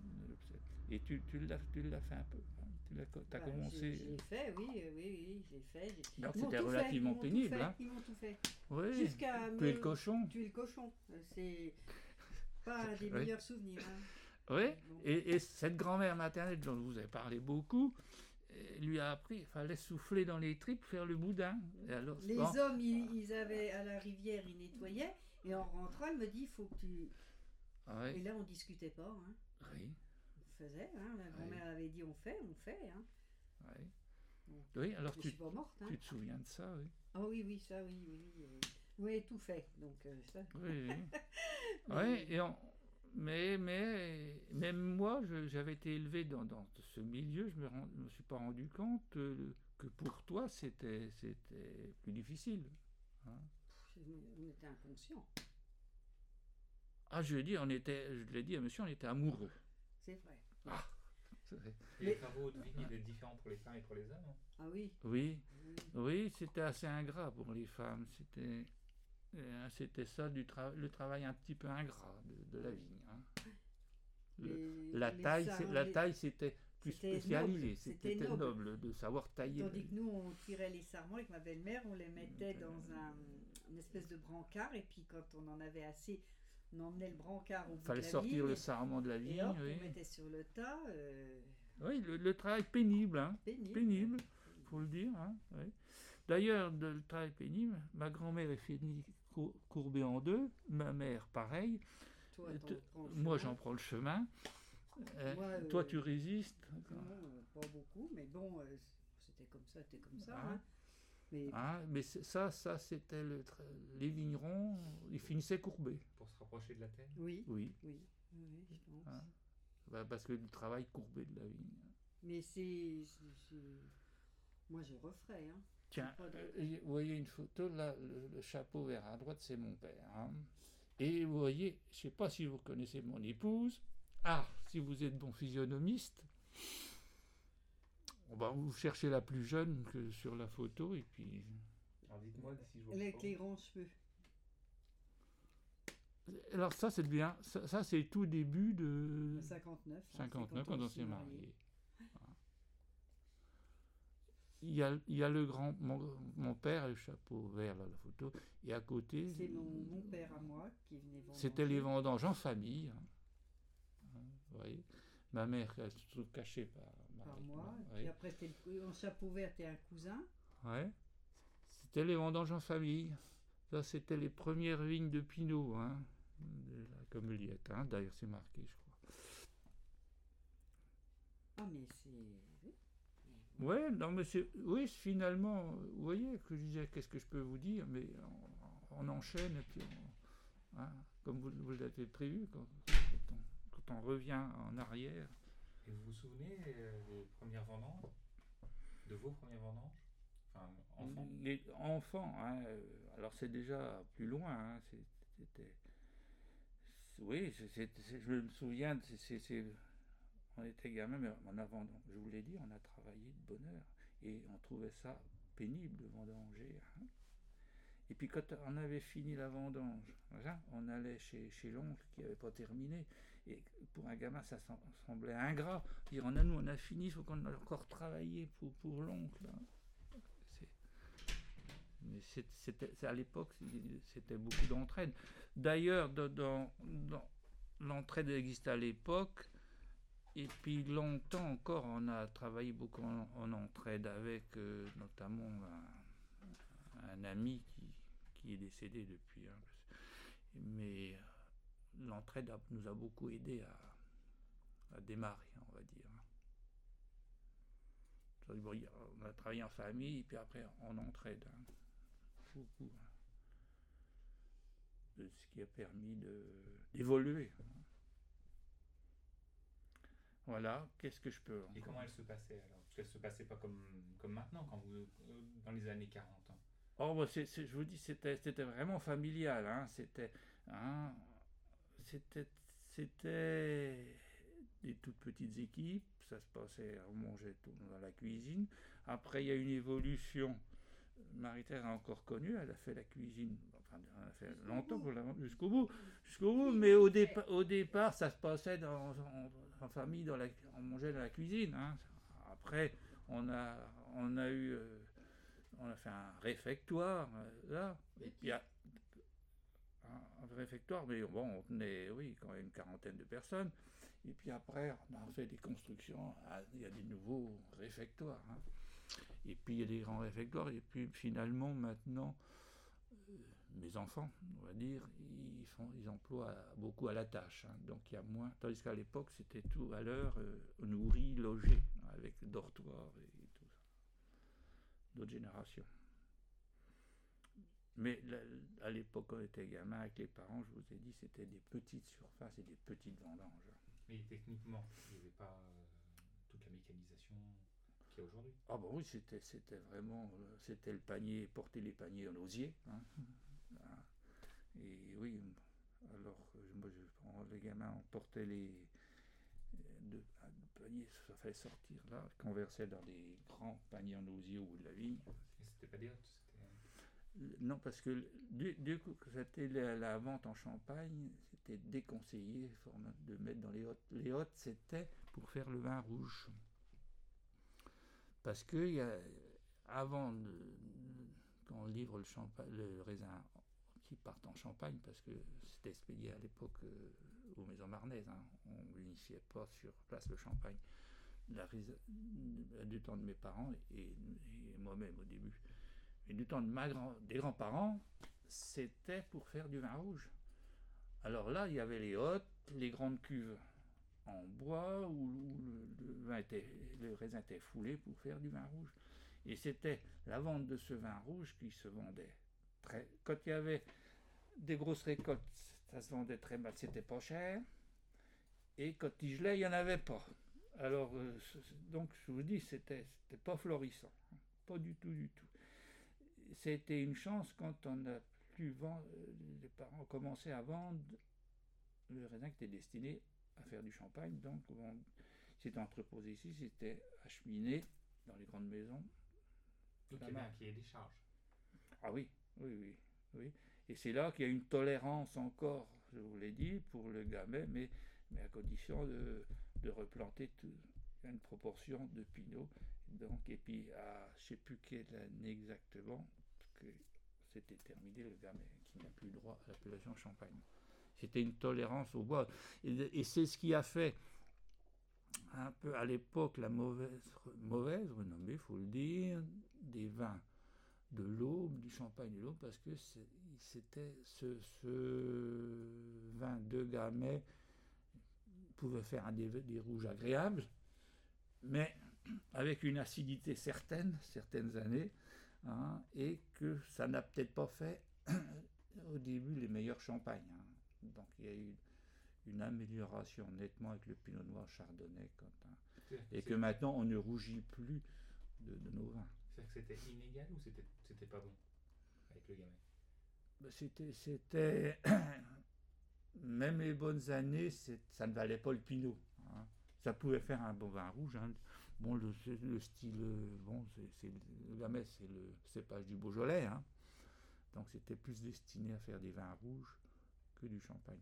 Et tu, tu, l'as, tu l'as fait un peu. Tu as bah, commencé. Je l'ai fait, oui, oui, oui, je l'ai fait. J'ai... Donc c'était relativement fait, pénible. Hein. Ils m'ont tout fait. Oui. Jusqu'à tuer me... le cochon. Tuer le cochon. C'est pas un des oui. meilleurs souvenirs. Hein. Oui, et, et cette grand-mère maternelle dont vous avez parlé beaucoup, lui a appris qu'il fallait souffler dans les tripes, faire le boudin. Et alors, les bon, hommes, ils, ils avaient à la rivière, ils nettoyaient, et en rentrant, elle me dit, il faut que tu... Oui. Et là, on discutait pas. Hein. Oui. On faisait, hein. La grand-mère oui. avait dit, on fait, on fait. Hein. Oui. Bon. Oui, alors je tu, suis pas morte, hein. tu te souviens de ça, oui. Ah oui, oui, ça, oui, oui. Oui, oui tout fait, donc euh, ça... Oui, oui. mais... oui, et on... Mais, mais même moi, je, j'avais été élevé dans, dans ce milieu, je ne me, me suis pas rendu compte euh, que pour toi, c'était, c'était plus difficile. Hein. On était inconscient. Ah, je, dis, on était, je l'ai dit à monsieur, on était amoureux. C'est vrai. Ah, c'est vrai. Et les travaux de vigne étaient différents pour les femmes et pour les hommes? Ah oui. Oui, oui, oui c'était assez ingrat pour les femmes. C'était... C'était ça, du tra- le travail un petit peu ingrat de, de la vigne. Hein. Le, les, la, les taille, c'est, la taille, c'était plus c'était spécialisé, noble. C'était, c'était noble. noble de savoir tailler. Tandis que nous, on tirait les sarments avec ma belle-mère, on les mettait dans un, une espèce de brancard, et puis quand on en avait assez, on emmenait le brancard au bout fallait de la sortir vigne, le sarment de la vigne. Et hop, oui. on mettait sur le tas. Euh... Oui, le, le travail pénible, hein. pénible, pénible, faut le dire. Hein, oui. D'ailleurs, de, le travail pénible, ma grand-mère est finie courbée en deux, ma mère pareil. Toi, moi j'en prends le chemin. Euh, moi, euh, toi tu résistes. Non, euh, pas beaucoup, mais bon, euh, c'était comme ça, c'était comme ça. Ah. Hein. Mais, ah, mais ça, ça c'était le tra... les vignerons, ils finissaient courbés. Pour se rapprocher de la terre. Oui. Oui. Oui, oui, je pense. Ah. Bah, parce que le travail courbé de la vigne. Mais c'est, c'est, c'est... moi je referais. Hein. Tiens, euh, vous voyez une photo, là, le, le chapeau vert à droite, c'est mon père. Hein. Et vous voyez, je ne sais pas si vous connaissez mon épouse. Ah, si vous êtes bon physionomiste, on va vous chercher la plus jeune que sur la photo, et puis... Alors dites-moi si je vois... Avec les grands cheveux. Alors ça, c'est bien, ça, ça c'est tout début de... cinquante-neuf. cinquante-neuf, quand on s'est marié. Il y, a, il y a le grand, mon, mon père, le chapeau vert, là, la photo, et à côté... C'est mon, mon père à moi qui venait vendanger. C'était les vendanges en famille. Hein. Hein, vous voyez. Ma mère, elle se trouve cachée par, par moi. Ouais. Et après, c'était le, en chapeau vert, t'es un cousin. Ouais. C'était les vendanges en famille. Ça, c'était les premières vignes de Pinot, hein, de la Comeliette. Hein. D'ailleurs, c'est marqué, je crois. Ah, mais c'est... Oui, Ouais, non, mais c'est, oui, finalement, vous voyez que je disais, qu'est-ce que je peux vous dire, mais on, on enchaîne et puis on, hein, comme vous, vous l'avez prévu, quand, quand, on, quand on revient en arrière. Et vous vous souvenez euh, des premières vendanges, de vos premières vendanges, enfin enfants? Les enfants, hein, alors c'est déjà plus loin, hein, c'était, oui, c'est, c'est, c'est, je me souviens, c'est, c'est, c'est on était gamin, mais en avant, je vous l'ai dit, on a travaillé de bonne heure. Et on trouvait ça pénible de vendanger. Hein. Et puis quand on avait fini la vendange, voilà, on allait chez, chez l'oncle qui n'avait pas terminé. Et pour un gamin, ça semblait ingrat. Dire, on a, nous, on a fini, il faut qu'on ait encore travaillé pour, pour l'oncle. Hein. Mais c'était, à l'époque, c'était beaucoup d'entraide. D'ailleurs, dans, dans, dans, l'entraide existait à l'époque. Et puis longtemps encore, on a travaillé beaucoup en, en entraide avec euh, notamment un, un ami qui, qui est décédé depuis. Hein. Mais euh, l'entraide a, nous a beaucoup aidé à, à démarrer, on va dire. Bon, on a travaillé en famille et puis après en entraide. Hein. Beaucoup. Hein. De ce qui a permis de, d'évoluer. Voilà, qu'est-ce que je peux encore... Et comment elle se passait alors? Parce qu'elle se passait pas comme, comme maintenant, quand vous, euh, dans les années quarante. Hein. Oh, bah c'est, c'est, je vous dis, c'était, c'était vraiment familial. Hein. C'était, hein, c'était, c'était des toutes petites équipes. Ça se passait, on mangeait tout dans la cuisine. Après, il y a une évolution. Marie-Thérèse a encore connu, elle a fait la cuisine, enfin, elle a fait jusqu'au longtemps, bout. jusqu'au bout, jusqu'au bout, mais au, dépa- au départ, ça se passait dans, en, en famille, dans la, on mangeait dans la cuisine. Hein. Après, on a, on a eu, euh, on a fait un réfectoire, euh, là, et puis un, un réfectoire, mais bon, on tenait, oui, quand même une quarantaine de personnes, et puis après, on a fait des constructions, il y a des nouveaux réfectoires. Hein. Et puis il y a des grands réfectoires, et puis finalement maintenant, euh, mes enfants, on va dire, ils, font, ils emploient beaucoup à la tâche, hein, donc il y a moins, tandis qu'à l'époque c'était tout à l'heure, euh, nourri, logé, avec dortoir et tout ça, d'autres générations. Mais là, à l'époque quand on était gamin avec les parents, je vous ai dit, c'était des petites surfaces et des petites vendanges. Mais techniquement, il n'y avait pas euh, toute la mécanisation qu'il y a aujourd'hui. Ah bah oui, c'était, c'était vraiment, euh, c'était le panier, porter les paniers en osier. Hein. Et oui, alors moi, je prends les gamins, on portait les deux paniers, ça fallait sortir là, qu'on versait dans des grands paniers en osier au bout de la vigne. Et c'était pas des hottes, c'était... Non, parce que du, du coup, c'était la, la vente en Champagne, c'était déconseillé de mettre dans les hottes. Les hottes, c'était pour faire le vin rouge. Parce que y a, avant, de, quand on livre le, champagne, le raisin qui part en Champagne, parce que c'était expédié à l'époque euh, aux Maisons Marnaises, hein, on n'initiait pas sur place le Champagne, la, du temps de mes parents et, et moi-même au début. Et du temps de ma grand, des grands-parents, c'était pour faire du vin rouge. Alors là, il y avait les hottes, les grandes cuves en bois où, où le, le, vin était, le raisin était foulé pour faire du vin rouge. Et c'était la vente de ce vin rouge qui se vendait très... Quand il y avait des grosses récoltes, ça se vendait très mal, c'était pas cher. Et quand il gelait, il n'y en avait pas. Alors, euh, donc, je vous dis, c'était, c'était pas florissant. Pas du tout, du tout. C'était une chance quand on a pu vendre, les parents ont commencé à vendre le raisin qui était destiné à faire du champagne. Donc, on, c'était entreposé ici, c'était acheminé dans les grandes maisons. Donc, il y avait un cahier des charges. Ah oui, oui, oui, oui. Et c'est là qu'il y a une tolérance encore, je vous l'ai dit, pour le gamay, mais, mais à condition de, de replanter tout, une proportion de pinot. Donc, et puis, à, je ne sais plus quelle année exactement, parce que c'était terminé le gamay, qui n'a plus le droit à l'appellation champagne. C'était une tolérance au bois. Et, et c'est ce qui a fait un peu à l'époque la mauvaise, mauvaise renommée, il faut le dire, des vins de l'Aube, du champagne de l'Aube, parce que c'est, c'était ce, ce vin de gamay pouvait faire un des, des rouges agréables, mais avec une acidité certaine, certaines années, hein, et que ça n'a peut-être pas fait au début les meilleurs champagnes. Hein. Donc il y a eu une amélioration nettement avec le pinot noir chardonnay, quand, hein, et que maintenant on ne rougit plus de, de nos vins. C'est-à-dire que c'était inégal ou c'était, c'était pas bon avec le Gamay? Ben c'était, c'était même les bonnes années, c'est, ça ne valait pas le pinot. Hein. Ça pouvait faire un bon vin rouge. Hein. Bon, le, le style, bon, c'est, c'est, le Gamay, c'est le cépage du Beaujolais. Hein. Donc c'était plus destiné à faire des vins rouges que du champagne.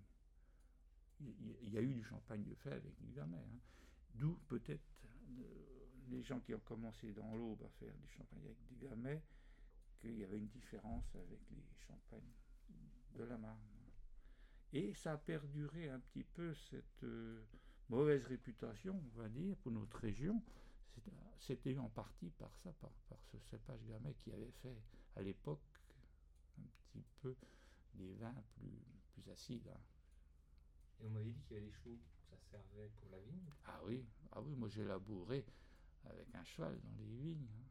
Il y a eu du champagne de fait avec du Gamay. Hein. D'où peut-être euh, les gens qui ont commencé dans l'Aube à faire du champagne avec du Gamay, qu'il y avait une différence avec les champagnes de la Marne. Et ça a perduré un petit peu cette euh, mauvaise réputation, on va dire, pour notre région. C'était en partie par ça, par, par ce cépage Gamay qui avait fait à l'époque un petit peu des vins plus, plus acides. Hein. Et on m'avait dit qu'il y avait des chevaux, ça servait pour la vigne? Ah oui, ah oui, moi j'ai labouré avec un cheval dans les vignes. Hein.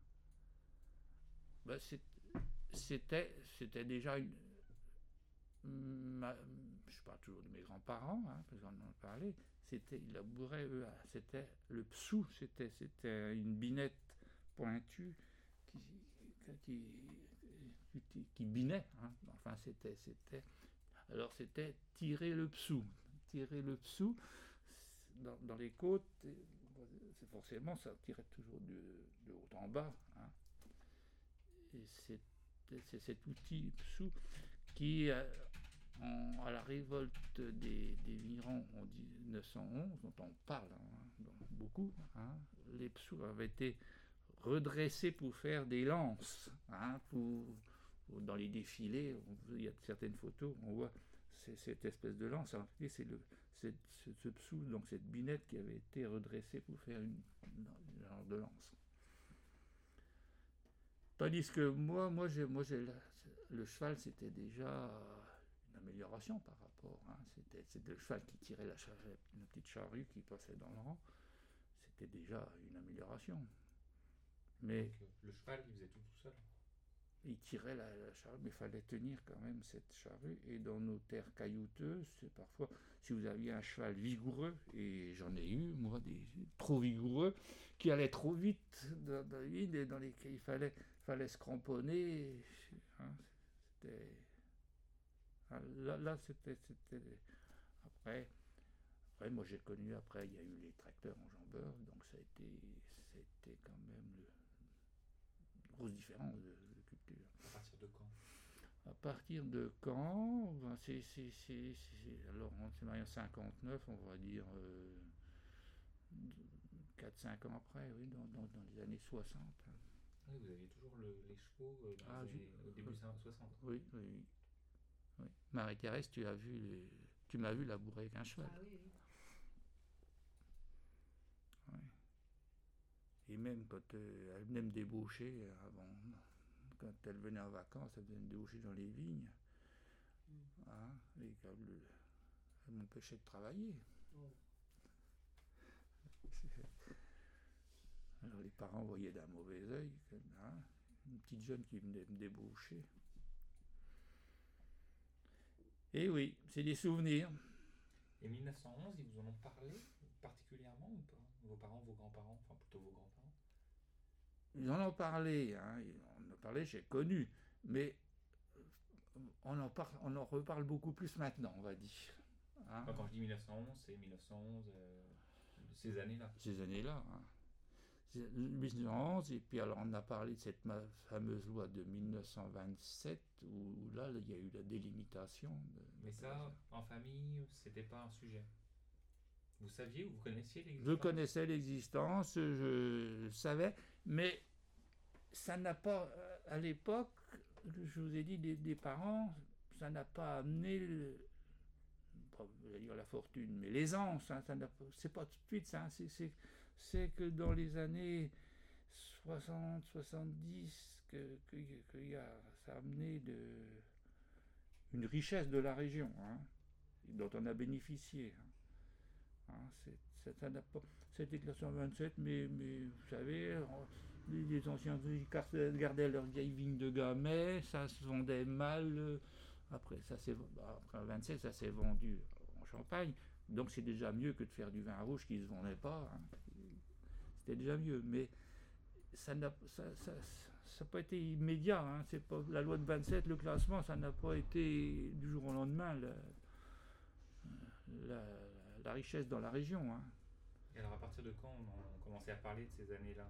Ben, c'était, c'était déjà une... Ma, je parle toujours de mes grands-parents, hein, parce qu'on en a parlé, c'était, ils labouraient, eux, c'était le psou, c'était, c'était une binette pointue qui, qui, qui, qui binait. Hein. Enfin, c'était, c'était... Alors, c'était tirer le psou. Tirer le psou dans, dans les côtes, c'est forcément, ça tirait toujours de, de haut en bas. Hein. Et c'est, c'est cet outil psou qui, en, à la révolte des, des vignerons en dix-neuf cent onze, dont on parle hein, beaucoup, hein, les psous avaient été redressés pour faire des lances. Hein, pour, pour, dans les défilés, on, il y a certaines photos, on voit c'est, cette espèce de lance. En fait, c'est, le, c'est ce, ce psou, donc cette binette qui avait été redressée pour faire une, une genre de lance. Tandis que moi, moi, j'ai, moi j'ai, le cheval, c'était déjà une amélioration par rapport. Hein. C'était, c'était le cheval qui tirait la, charrue, une petite charrue qui passait dans le rang. C'était déjà une amélioration. Mais donc, le cheval, il faisait tout tout seul? Il tirait la, la charrue, mais il fallait tenir quand même cette charrue. Et dans nos terres caillouteuses, c'est parfois, si vous aviez un cheval vigoureux, et j'en ai eu, moi, des trop vigoureux, qui allaient trop vite dans, dans les villes et dans lesquelles il fallait, fallait se cramponner. Hein, c'était... Là, là c'était, c'était... Après, après, moi j'ai connu, après, il y a eu les tracteurs enjambeurs, donc ça a été, ça a été quand même le, une grosse différence de, de culture. À partir de quand? À partir de quand ben c'est, c'est, c'est, c'est, alors, c'est en cinquante-neuf, on va dire euh, quatre cinq ans après, oui, dans, dans, dans les années soixante. Oui, vous aviez toujours le, les chevaux euh, dans ah, les années, au début des années soixante. Oui, oui, oui. oui. Marie-Thérèse, tu as vu les... tu m'as vu labourer avec un cheval. Ah oui, oui. Ouais. Et même quand euh, elle venait me débaucher avant, quand elle venait en vacances, elle venait me débaucher dans les vignes. Mm. Hein, et elle, elle m'empêchait de travailler. Oh. Alors les parents voyaient d'un mauvais œil, hein, une petite jeune qui venait me débaucher. Et oui, c'est des souvenirs. Et mille neuf cent onze, ils vous en ont parlé particulièrement ou pas? Vos parents, vos grands-parents, enfin plutôt vos grands-parents? Ils en ont parlé, hein, ils en ont parlé, j'ai connu, mais on en, parle, on en reparle beaucoup plus maintenant, on va dire. Hein. Quand je dis mille neuf cent onze, c'est mille neuf cent onze, euh, ces années-là. Ces années-là, hein. mille neuf cent onze, et puis alors on a parlé de cette fameuse loi de mille neuf cent vingt-sept où là il y a eu la délimitation. De, Mais ça, en famille, c'était pas un sujet. Vous saviez ou vous connaissiez l'existence? Je connaissais l'existence, je savais, mais ça n'a pas, à l'époque, je vous ai dit, des, des parents, ça n'a pas amené, le, pas, je vais dire la fortune, mais l'aisance, hein, ça n'a pas, c'est pas tout de suite ça, c'est, c'est c'est que dans les années soixante soixante-dix que, que, que y a, ça a amené de, une richesse de la région, hein, dont on a bénéficié. Hein. Hein, c'est, ça, ça n'a pas, c'était classé en vingt-sept, mais, mais vous savez, les, les anciens gardaient leurs vieilles vignes de Gamay, ça se vendait mal. Après, ça s'est, après vingt-sept, ça s'est vendu en Champagne. Donc c'est déjà mieux que de faire du vin rouge qui ne se vendait pas. Hein. C'était déjà mieux. Mais ça n'a ça, ça, ça pas été immédiat. Hein. C'est pas, la loi de vingt-sept, le classement, ça n'a pas été du jour au lendemain la, la, la richesse dans la région. Hein. Et alors à partir de quand on, on commençait à parler de ces années-là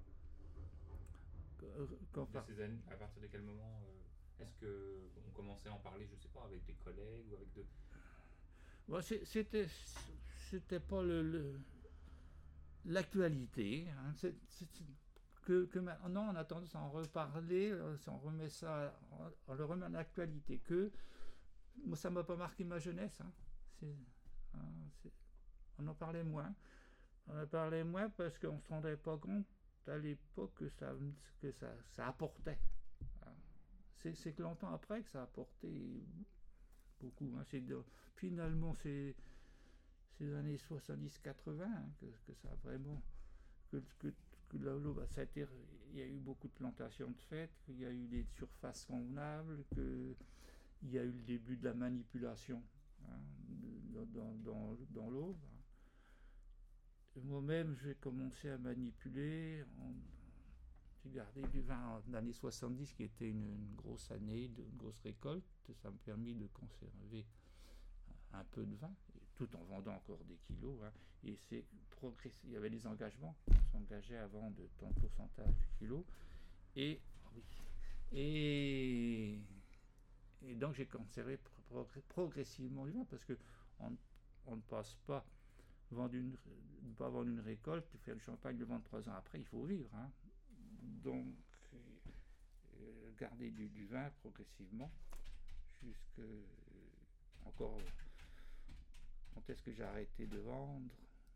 quand, de ces années, à partir de quel moment euh, est-ce qu'on commençait à en parler, je ne sais pas, avec des collègues ou avec de... Bon, c'était, c'était pas le, le, l'actualité. Hein. C'est, c'est, que, que maintenant, on a tendance à en reparler, on remet ça, on le remet en actualité. Que moi, ça m'a pas marqué ma jeunesse. Hein. C'est, hein, c'est, on en parlait moins. On en parlait moins parce qu'on se rendait pas compte à l'époque que ça, que ça, ça apportait. Hein. C'est, c'est que longtemps après que ça a apporté beaucoup. Hein. C'est de, finalement, c'est ces années soixante-dix quatre-vingts hein, que, que ça a vraiment que, que, que là, là, ça a été, il y a eu beaucoup de plantations de fêtes, qu'il y a eu des surfaces convenables, qu'il y a eu le début de la manipulation hein, dans, dans, dans l'eau. Moi-même, j'ai commencé à manipuler. En, j'ai gardé du vin en l'année soixante-dix, qui était une, une grosse année, de, une grosse récolte. Ça m'a permis de conserver un peu de vin, tout en vendant encore des kilos. Hein. Et c'est progressif. Il y avait des engagements. On s'engageait à vendre de tant de pourcentage de kilos. Et, oui, et, et donc j'ai conservé progressivement du vin parce qu'on on ne passe pas vendre une, ne pas vendre une récolte, faire du champagne, le vendre trois ans après, il faut vivre. Hein. Donc, euh, garder du, du vin progressivement, jusque euh, encore. Quand est-ce que j'ai arrêté de vendre?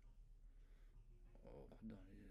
Oh, dans les,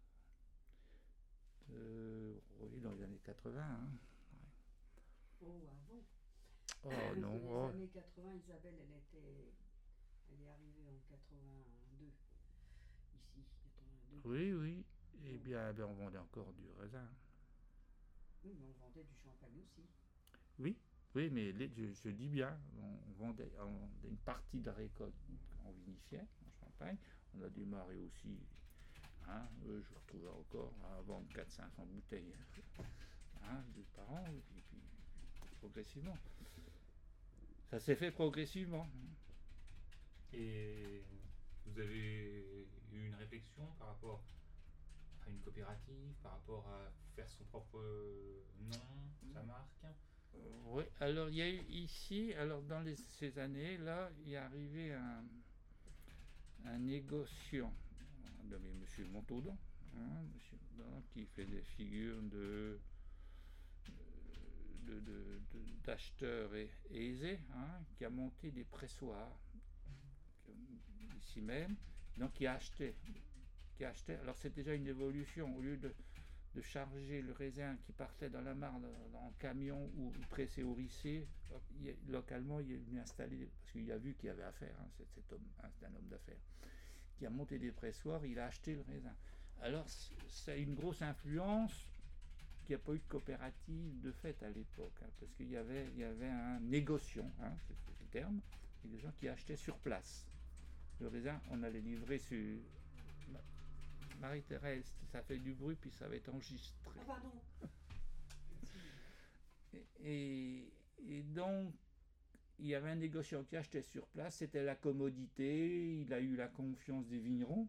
euh, oui, dans les années quatre-vingts. Hein. Ouais. Oh, avant. Oh non. Les oh. années quatre-vingts, Isabelle, elle était, elle est arrivée en quatre-vingt-deux. Ici, quatre-vingt-deux. Oui, oui. Eh bien, ben, on vendait encore du raisin. Oui, mais on vendait du champagne aussi. Oui, oui, mais les, je, je dis bien, on vendait, on vendait une partie de la récolte en vinifiait, en Champagne. On a démarré aussi, hein, euh, je retrouvais encore à vendre quatre cents à cinq cents bouteilles hein, par an, et puis, et puis progressivement. Ça s'est fait progressivement. Et vous avez eu une réflexion par rapport à une coopérative, par rapport à faire son propre nom, sa marque? Euh, oui, alors il y a eu ici, alors dans les, ces années-là, il est arrivé un, un négociant, nommé M. Montaudon, hein, monsieur Montaudon, qui fait des figures de, de, de, de, d'acheteurs et, et aisés, hein, qui a monté des pressoirs, ici même, donc qui a acheté, qui a acheté, alors c'est déjà une évolution, au lieu de de charger le raisin qui partait dans la Marne en camion ou pressé au ricé, localement il est venu installer, parce qu'il a vu qu'il y avait affaire, hein, cet, cet homme, hein, c'est un homme d'affaires, qui a monté des pressoirs, il a acheté le raisin. Alors ça a une grosse influence, qu'il n'y a pas eu de coopérative de fait à l'époque, hein, parce qu'il y avait, il y avait un négociant, hein, c'est le terme, des gens qui achetaient sur place. Le raisin, on allait livrer sur... Marie-Thérèse, ça fait du bruit, puis ça va être enregistré. Ah, pardon. Et, et, et donc, il y avait un négociant qui achetait sur place, c'était la commodité, il a eu la confiance des vignerons,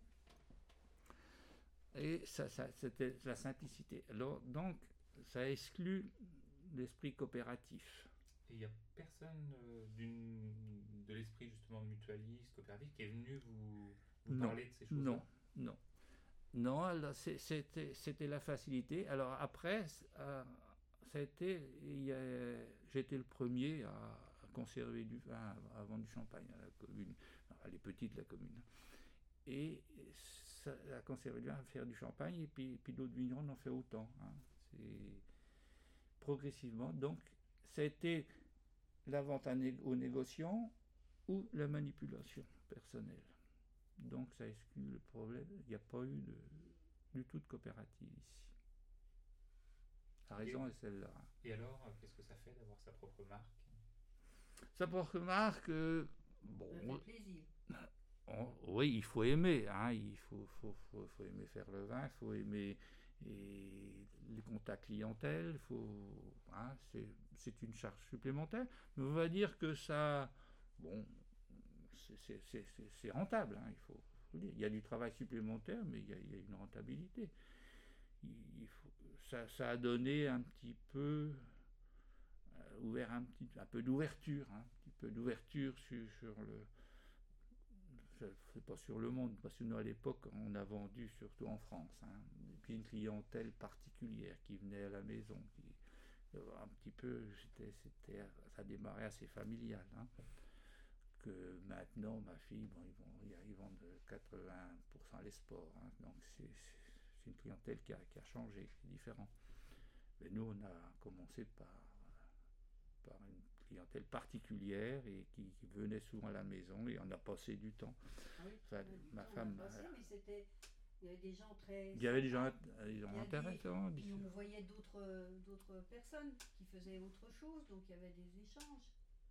et ça, ça, c'était la simplicité. Alors, donc, ça exclut l'esprit coopératif. Et il n'y a personne euh, d'une, de l'esprit justement mutualiste, coopératif, qui est venu vous, vous parler de ces choses-là? Non, non. Non, alors c'était, c'était la facilité. Alors après, euh, ça a été, il y a, j'ai été le premier à, à conserver du vin, à vendre du champagne à la commune. Alors, elle est petite, la commune. Et ça, à conserver du vin, à faire du champagne, et puis, puis d'autres vignerons en fait autant. Hein. C'est progressivement. Donc, ça a été la vente à né- aux négociants ou la manipulation personnelle. Donc ça exclut le problème. Il n'y a pas eu de, du tout de coopérative ici. La raison et, est celle-là. Et alors, qu'est-ce que ça fait d'avoir sa propre marque? Sa propre marque, euh, bon, ça fait plaisir. On, oui, il faut aimer. Hein, il faut, faut, faut, faut aimer faire le vin, il faut aimer et les contacts clientèle. Faut, hein, c'est, c'est une charge supplémentaire. Mais on va dire que ça, bon, c'est, c'est, c'est, c'est, c'est rentable. Hein, il faut, faut dire. Il y a du travail supplémentaire, mais il y a, il y a une rentabilité. Il faut, ça, ça a donné un petit peu euh, ouvert un petit un peu d'ouverture, hein, un petit peu d'ouverture sur, sur le c'est pas sur le monde, parce que nous à l'époque on a vendu surtout en France, hein, et puis une clientèle particulière qui venait à la maison, qui, un petit peu, c'était, c'était, ça démarrait assez familial, hein, que maintenant ma fille, bon, ils, vont, ils vendent quatre-vingts pour cent les sports, hein, donc c'est, c'est une clientèle qui a, qui a changé, qui est différent. Mais nous on a commencé par, par une clientèle particulière et qui, qui venait souvent à la maison et on a passé du temps. Ah oui, enfin, ma temps, femme. Passé, mais c'était, il y avait des gens très. Il y avait des gens, des gens intéressants. Des, puis on voyait d'autres, d'autres personnes qui faisaient autre chose, donc il y avait des échanges.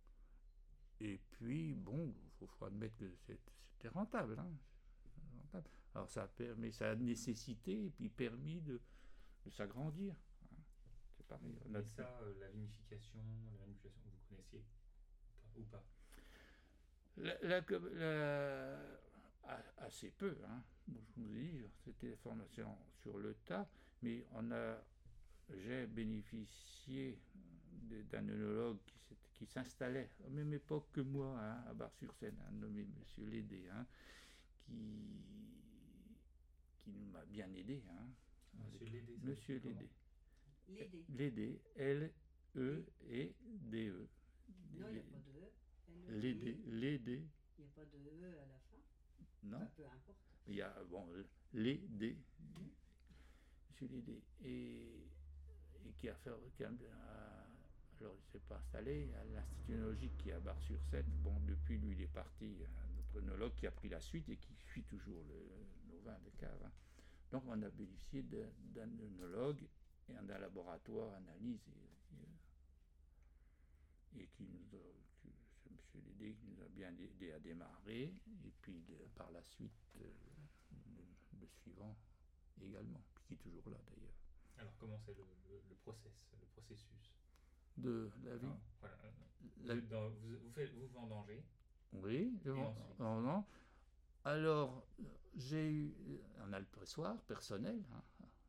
Et puis, bon, il faut admettre que c'était rentable, hein. Rentable. Alors ça a permis, ça a nécessité et puis permis de, de s'agrandir. Hein. C'est pareil. Mais notre... ça, euh, la vinification, la manipulation, vous connaissiez ou pas? La, la, la, assez peu, hein. Bon, je vous ai dit, c'était des formations sur le tas, mais on a, j'ai bénéficié d'un œnologue qui, qui s'installait à la même époque que moi, hein, à Bar-sur-Seine, un nommé Monsieur Lédé, hein, qui, qui m'a bien aidé. Hein, Monsieur Lédé. Monsieur Lédé. Lédé. Lédé, L E E D E. Non, il n'y a pas de E. Lédé, Lédé. Il n'y a pas de E à la fin. Non. Enfin, peu importe. Il y a, bon, Lédé. Mmh. Monsieur Lédé. Et, et qui a fait. Qui a, alors, il ne s'est pas installé à l'Institut œnologique qui est à Bar-sur-Seine. Bon, depuis, lui, il est parti. Notre œnologue qui a pris la suite et qui suit toujours le, nos vins de cave. Hein. Donc, on a bénéficié de, d'un œnologue et d'un laboratoire analyse et, et, et qui nous a. Qui, M. Lédé qui nous a bien aidé à démarrer, et puis de, par la suite, euh, le, le suivant également, qui est toujours là d'ailleurs. Alors, comment c'est le, le, le, process, le processus de la vie? Ah, voilà. La... Vous, dans, vous, vous, faites, vous vendangez? Oui, je vends. Oh, non. Alors, j'ai eu. On a le pressoir personnel. Hein.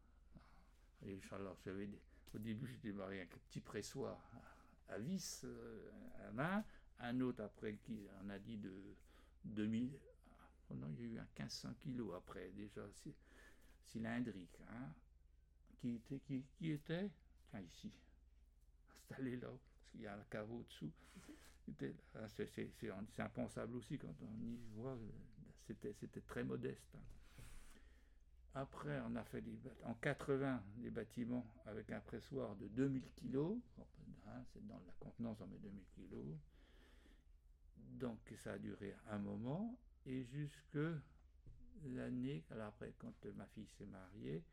Et alors, j'avais des, au début, j'ai démarré avec un petit pressoir à vis, euh, à main. Un autre après qui on a dit de deux mille, oh non, il y a eu un quinze cents kilos après déjà cylindrique, hein, qui était qui, qui était tiens ici installé là parce qu'il y a un caveau dessous. C'était, c'est, c'est, c'est, c'est impensable aussi quand on y voit, c'était, c'était très modeste. Hein. Après on a fait des, en quatre-vingts des bâtiments avec un pressoir de deux mille kilos, hein, c'est dans la contenance on met deux mille kilos. Donc ça a duré un moment et jusque l'année, alors après quand ma fille s'est mariée,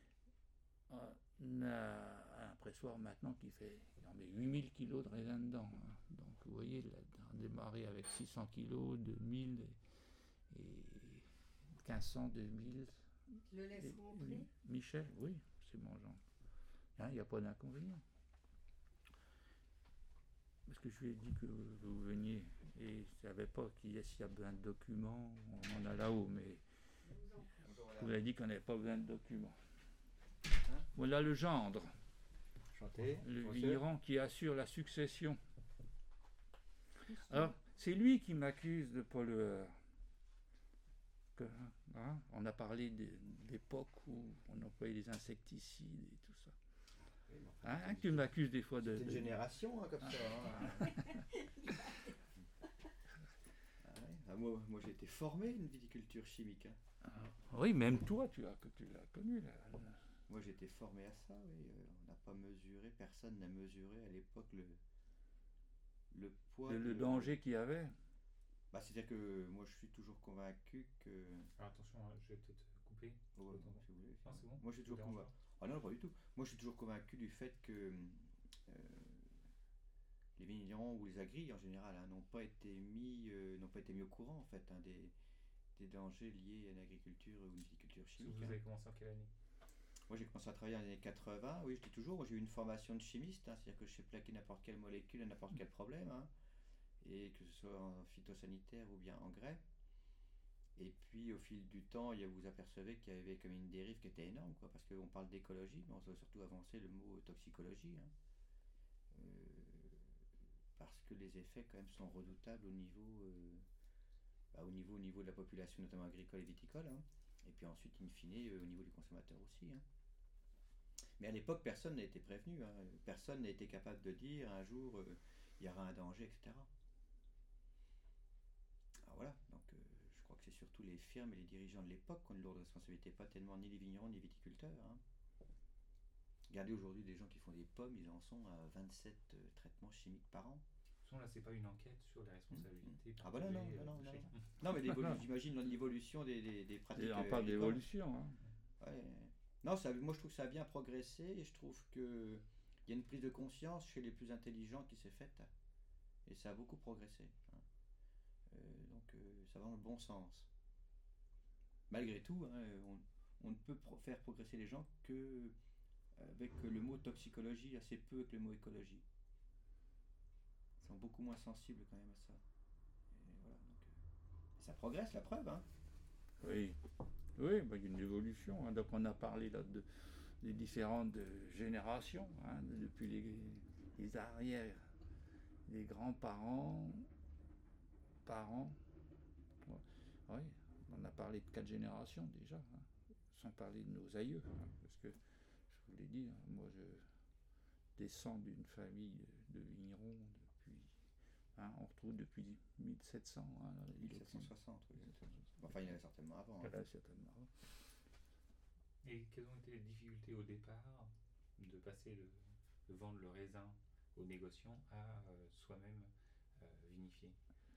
on a un pressoir maintenant qui fait on met huit mille kilos de raisin dedans. Hein. Donc vous voyez, là, on a démarré avec six cents kilos, deux mille et, et quinze cents, deux mille. Le laisse rentrer? Michel, oui, c'est mon genre. Il n'y a pas d'inconvénient. Parce que je lui ai dit que vous veniez et je ne savais pas qu'il y a, s'il y a besoin de documents, on en a là-haut, mais vous avez dit qu'on n'avait pas besoin de documents. Hein? Voilà le gendre, Chanté, le vigneron qui assure la succession. Alors, c'est lui qui m'accuse de pollueur. Que, hein, on a parlé de, d'époque où on employait des insecticides et tout ça. Hein, tu m'accuses des fois de... C'est une de... génération hein, comme ça. Hein. Ah ouais. Ah, moi, moi j'ai été formé à une viticulture chimique. Hein. Ah, oui, même toi, tu as, tu l'as connu. Là. Moi j'ai été formé à ça. Oui. On n'a pas mesuré, personne n'a mesuré à l'époque le, le poids. Le, de... le danger qu'il y avait. Bah, c'est-à-dire que moi je suis toujours convaincu que. Alors attention, hein, je vais peut-être couper. Oh, ouais, bon, si vous voulez, Non, c'est bon. Moi je suis toujours convaincu. Ah non, pas du tout. Moi je suis toujours convaincu du fait que euh, les vignerons ou les agris en général hein, n'ont pas été mis, euh, n'ont pas été mis au courant en fait hein, des, des dangers liés à une agriculture ou une viticulture chimique. Vous hein. avez commencé en quelle année? Moi j'ai commencé à travailler dans les années quatre-vingts. Oui, je dis toujours. Moi j'ai eu une formation de chimiste, hein, c'est-à-dire que je sais plaquer n'importe quelle molécule à n'importe quel problème. Hein. Et que ce soit en phytosanitaire ou bien engrais. Et puis au fil du temps, il y a, vous apercevez qu'il y avait comme une dérive qui était énorme, quoi, parce qu'on parle d'écologie, mais on doit surtout avancer le mot toxicologie, hein, euh, parce que les effets quand même sont redoutables au niveau, euh, bah, au niveau, au niveau de la population, notamment agricole et viticole, hein, et puis ensuite, in fine, euh, au niveau du consommateur aussi. Hein. Mais à l'époque, personne n'a été prévenu, hein, personne n'a été capable de dire un jour, euh, il y aura un danger, et cetera. Alors voilà, donc euh, je crois que c'est surtout les firmes et les dirigeants de l'époque qui ont une lourde responsabilité, pas tellement ni les vignerons ni les viticulteurs. Hein. Regardez aujourd'hui des gens qui font des pommes, ils en sont à vingt-sept euh, traitements chimiques par an. De toute façon, là, c'est pas une enquête sur les responsabilités. Mmh. Ah bah non, non, non, non, non. chacun. Non, mais j'imagine l'évolution des, des, des pratiques. Et on parle d'évolution. Hein. Ouais. Non, ça, moi je trouve que ça a bien progressé et je trouve qu'il y a une prise de conscience chez les plus intelligents qui s'est faite et ça a beaucoup progressé. Hein. Euh, donc euh, ça va dans le bon sens. Malgré tout, hein, on, on ne peut pro- faire progresser les gens que avec le mot toxicologie, assez peu avec le mot écologie. Ils sont beaucoup moins sensibles quand même à ça. Et voilà, donc, euh, ça progresse, la preuve. Hein. Oui, oui, bah, il y a une évolution. Hein. Donc on a parlé là de, des différentes générations, hein, depuis les, les arrières, les grands-parents, parents. Ouais. Oui, on a parlé de quatre générations déjà, hein, sans parler de nos aïeux, hein, parce que je vous l'ai dit, hein, moi je descends d'une famille de vignerons depuis, hein, on retrouve depuis mille sept cents. Hein, mille sept cent soixante, oui. Enfin, il y en avait certainement avant. Hein. Hein. Certainement avant. Et quelles ont été les difficultés au départ de passer de, de vendre le raisin aux négociants à euh, soi-même euh, vinifier?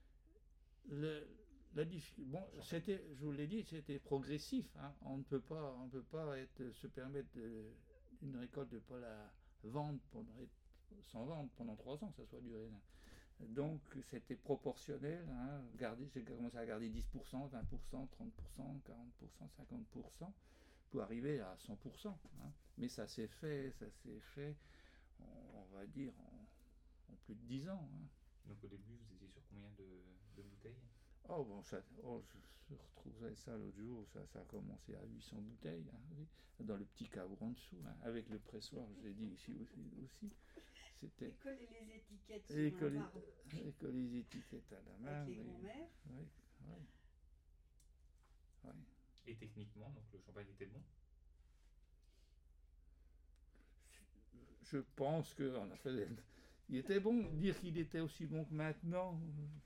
Le, la bon, c'était, je vous l'ai dit, c'était progressif. Hein. On ne peut pas, on peut pas être, se permettre de, une récolte de ne pas la vendre pendant, sans vendre pendant trois ans, que ça soit du raisin. Donc c'était proportionnel. Hein. Garder, j'ai commencé à garder dix pour cent, vingt pour cent, trente pour cent, quarante pour cent, cinquante pour cent pour arriver à cent pour cent. Hein. Mais ça s'est fait, ça s'est fait, on, on va dire, en, en plus de dix ans. Hein. Donc au début, vous étiez sur combien de, de bouteilles? Oh bon, ça, oh, je, je retrouvais ça l'autre jour, ça, ça a commencé à huit cents bouteilles, hein, oui, dans le petit caveau en dessous, hein, avec le pressoir, je l'ai dit ici aussi. aussi. C'était... Et coller les étiquettes sur et un coller, barreau. et coller les étiquettes à la main. Avec les oui. grands-mères. Oui, oui. Oui. Et techniquement, donc le champagne était bon? Je pense que on a fait... il était bon. Dire qu'il était aussi bon que maintenant,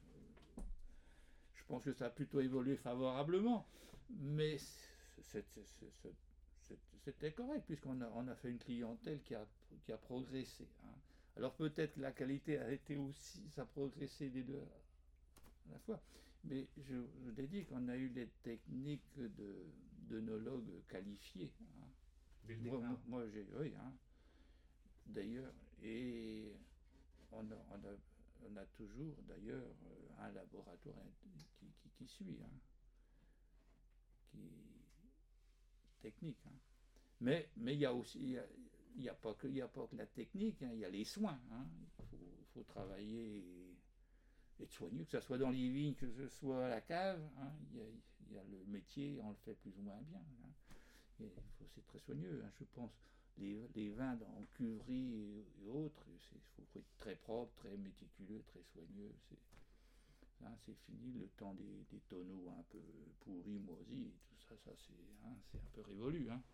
je pense que ça a plutôt évolué favorablement. Mais c'est, c'est, c'est, c'est, c'était correct, puisqu'on a, on a fait une clientèle qui a, qui a progressé. Hein. Alors peut-être que la qualité a été aussi, ça a progressé les deux à la fois. Mais je, je l'ai dit qu'on a eu les techniques de, d'œnologues qualifiés. Hein. Dès le Moi, départ. moi j'ai, oui, hein. D'ailleurs, et on a, on a, on a toujours d'ailleurs un laboratoire qui, qui, qui suit, hein, qui technique. Hein. Mais mais il y a aussi, il n'y a, a pas que, il y a pas que la technique, hein, il y a les soins. Hein. Il faut, faut travailler et, et être soigneux, que ce soit dans les vignes, que ce soit à la cave. Hein. Il y a, il y a le métier, on le fait plus ou moins bien. Hein. Et il faut, c'est très soigneux, hein, je pense. Les, les vins en cuverie et, et autres, il faut être très propre, très méticuleux, très soigneux. C'est, hein, c'est fini le temps des, des tonneaux un peu pourris, moisis, et tout ça, ça c'est, hein, c'est un peu révolu. Hein.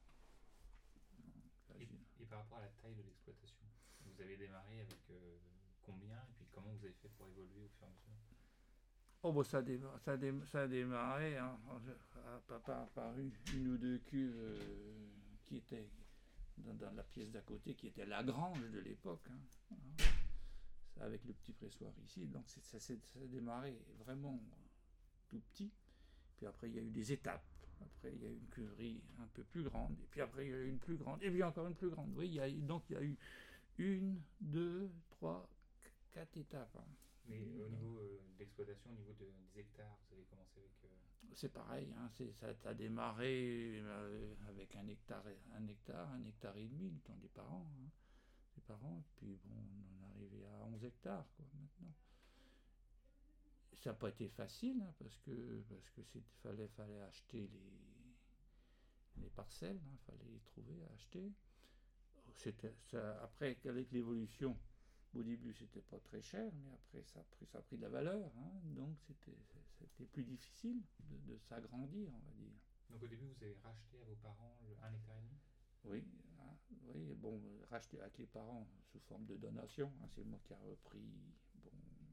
Et, et par rapport à la taille de l'exploitation, vous avez démarré avec euh, combien et puis comment vous avez fait pour évoluer au fur et à mesure? Oh bon, ça, déma- ça, dé- ça a démarré hein, par, par, par une, une ou deux cuves euh, qui étaient dans, dans la pièce d'à côté, qui était la grange de l'époque. Hein. avec le petit pressoir ici. Donc c'est, ça s'est démarré vraiment tout petit. Puis après, il y a eu des étapes. Après, il y a eu une cuverie un peu plus grande. Et puis après, il y a eu une plus grande. Et puis encore une plus grande. Oui, il y a, donc il y a eu une, deux, trois, quatre étapes. Hein. Mais au niveau euh, de l'exploitation, au niveau de, des hectares, vous avez commencé avec... Euh... C'est pareil, hein, c'est, ça a démarré euh, avec un hectare, un hectare, un hectare et demi, le temps des parents. Hein, des parents, et puis bon, on est arrivé à onze hectares, quoi, maintenant. Ça n'a pas été facile, hein, parce que parce que c'est, fallait, fallait acheter les, les parcelles, il hein, fallait les trouver, acheter. C'était, ça, après, avec l'évolution, au début, c'était pas très cher, mais après, ça a pris, ça a pris de la valeur. Hein, donc, c'était, c'était plus difficile de, de s'agrandir, on va dire. Donc, au début, vous avez racheté à vos parents un hectare et demi ? Oui, hein, oui, bon, racheté avec les parents sous forme de donation. Hein, c'est moi qui ai repris. Bon,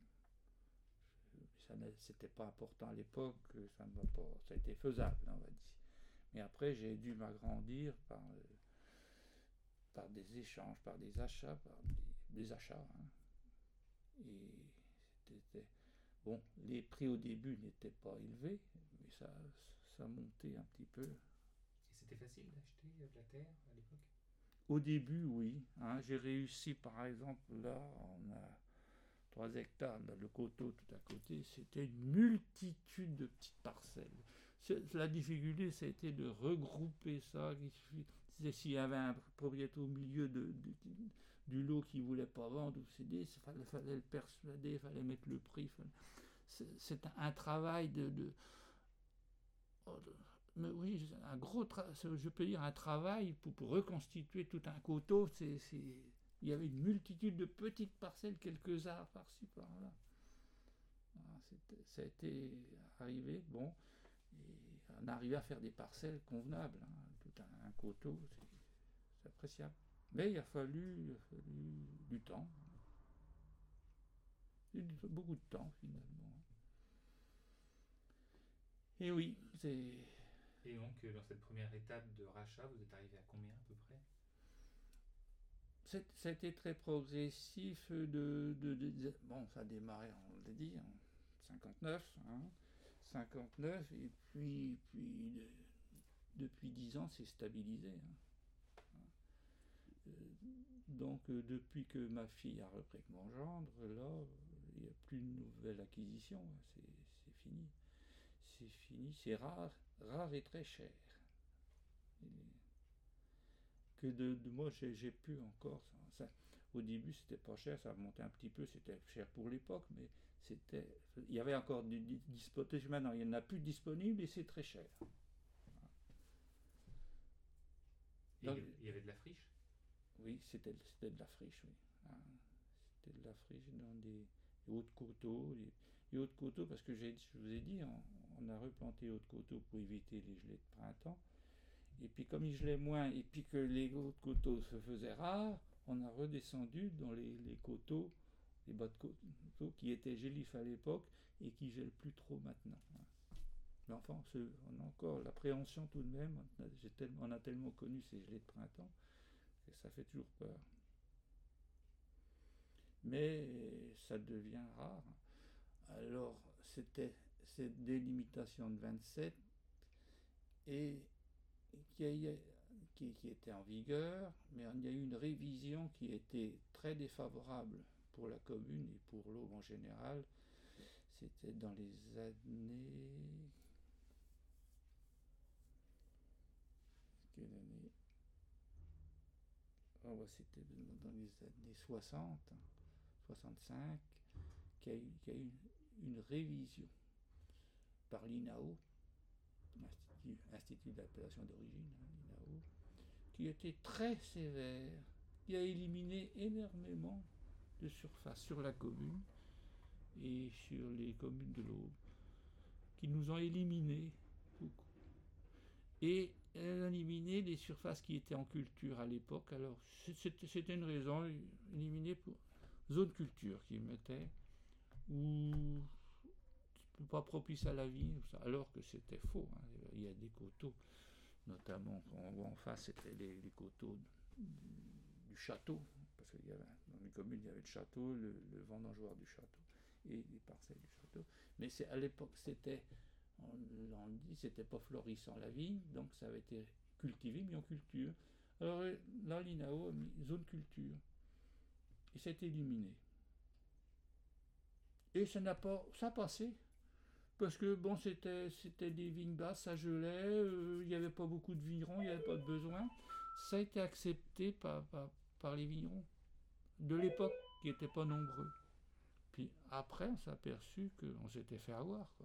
ça c'était pas important à l'époque, ça m'a pas, ça a été faisable, on va dire. Mais après, j'ai dû m'agrandir par, par des échanges, par des achats, par des, des achats. Hein. Et c'était bon, les prix au début n'étaient pas élevés, mais ça, ça montait un petit peu. Et c'était facile d'acheter de la terre à l'époque ? Au début, oui. Hein, j'ai réussi, par exemple, là, on a trois hectares, là, le coteau tout à côté, c'était une multitude de petites parcelles. C'est, la difficulté, c'était de regrouper ça. C'est, s'il y avait un propriétaire au milieu de, de, de, du lot qui ne voulait pas vendre ou céder, il fallait, fallait le persuader, il fallait mettre le prix. Fallait... C'est, c'est un, un travail de... de, oh, de mais oui, un gros tra- je peux dire un travail pour, pour reconstituer tout un coteau, c'est... c'est il y avait une multitude de petites parcelles, quelques arbres par-ci, par-là. Ça a été arrivé, bon, et on arrivait à faire des parcelles convenables. Hein, tout un, un coteau, c'est, c'est appréciable. Mais il a fallu, il a fallu du temps. Du, beaucoup de temps, finalement. Et oui, c'est... Et donc, dans cette première étape de rachat, vous êtes arrivé à combien à peu près ? C'est, ça a été très progressif de, de, de, de... Bon, ça a démarré, on l'a dit, en cinquante-neuf, hein, cinquante-neuf, et puis, puis de, depuis dix ans, c'est stabilisé. Hein. Euh, donc, euh, depuis que ma fille a repris avec mon gendre, là, il n'y a plus de nouvelles acquisitions, c'est, c'est fini. C'est fini, c'est rare, rare et très cher. Et, que de, de moi j'ai, j'ai pu encore ça, ça, au début c'était pas cher, ça a monté un petit peu, c'était cher pour l'époque, mais c'était il y avait encore du, du disponible. Maintenant il n'y en a plus de disponible et c'est très cher. Donc, il y avait de la friche ? Oui, c'était, c'était de la friche, oui. Hein, c'était de la friche dans des, des hauts de coteaux, des, des hauts de coteaux, parce que j'ai, je vous ai dit, on, on a replanté hauts de coteaux pour éviter les gelées de printemps. Et puis comme il gelait moins, et puis que les autres coteaux se faisaient rares, on a redescendu dans les, les coteaux, les bas de coteaux qui étaient gélifs à l'époque et qui gèlent plus trop maintenant. Mais enfin, on a encore l'appréhension tout de même, on a, j'ai tellement, on a tellement connu ces gelées de printemps que ça fait toujours peur. Mais ça devient rare. Alors, c'était cette délimitation de vingt-sept et Qui, a, qui, qui était en vigueur, mais il y a eu une révision qui était très défavorable pour la commune et pour l'eau en général. C'était dans les années... Quelle année ? Oh, ouais, c'était dans les années soixante, soixante-cinq, qu'il y a eu, qu'il y a eu une, une révision par l'I N A O, Institut d'appellation d'origine, hein, l'I N A O, qui était très sévère, qui a éliminé énormément de surface sur la commune et sur les communes de l'Aube, qui nous ont éliminé beaucoup. Et elle a éliminé les surfaces qui étaient en culture à l'époque. Alors, c'était, c'était une raison, éliminée pour zone culture qu'ils mettaient, ou pas propice à la vie, alors que c'était faux. Hein. Il y a des coteaux, notamment qu'on voit en face, c'était les, les coteaux du, du château, parce parce qu'il y avait, dans les communes, il y avait le château, le, le vendangeoir du château et les parcelles du château. Mais c'est, à l'époque, c'était, on, on le dit, c'était pas florissant la vigne, donc ça avait été cultivé, mis en culture. Alors là, l'I N A O a mis zone culture. Et ça a été éliminé. Et ça n'a pas, ça a passé. Parce que bon, c'était, c'était des vignes basses, ça gelait, il euh, n'y avait pas beaucoup de vignerons, il n'y avait pas de besoin. Ça a été accepté par, par, par les vignerons de l'époque, qui n'étaient pas nombreux. Puis après, on s'est aperçu qu'on s'était fait avoir, quoi.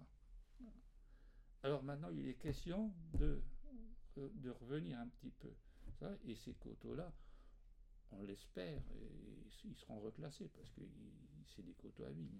Alors maintenant, il est question de, de revenir un petit peu. Ça, et ces coteaux-là, on l'espère, et ils seront reclassés, parce que c'est des coteaux à vigne.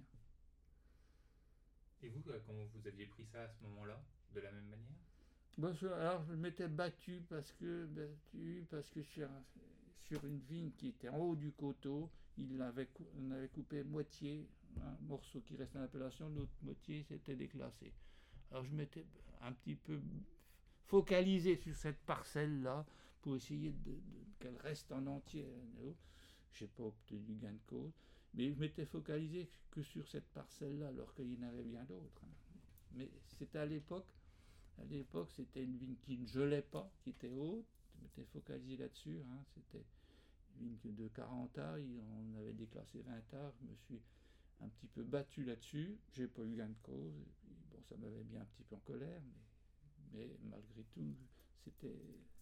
Et vous, comment vous aviez pris ça à ce moment-là, de la même manière? Bon, alors je m'étais battu parce que, battu parce que sur, sur une vigne qui était en haut du coteau, il avait, on avait coupé moitié, un morceau qui restait en appellation, l'autre moitié s'était déclassé. Alors je m'étais un petit peu focalisé sur cette parcelle-là pour essayer de, de, qu'elle reste en entier. Je n'ai pas obtenu gain de cause, mais je m'étais focalisé que sur cette parcelle-là, alors qu'il y en avait bien d'autres. Mais c'était à l'époque, à l'époque, c'était une vigne qui ne gelait pas, qui était haute. Je m'étais focalisé là-dessus. Hein. C'était une vigne de quarante arts, on avait déclassé vingt arts. Je me suis un petit peu battu là-dessus. Je n'ai pas eu gain de cause. Et puis, bon, ça m'avait mis un petit peu en colère, mais, mais malgré tout, c'était.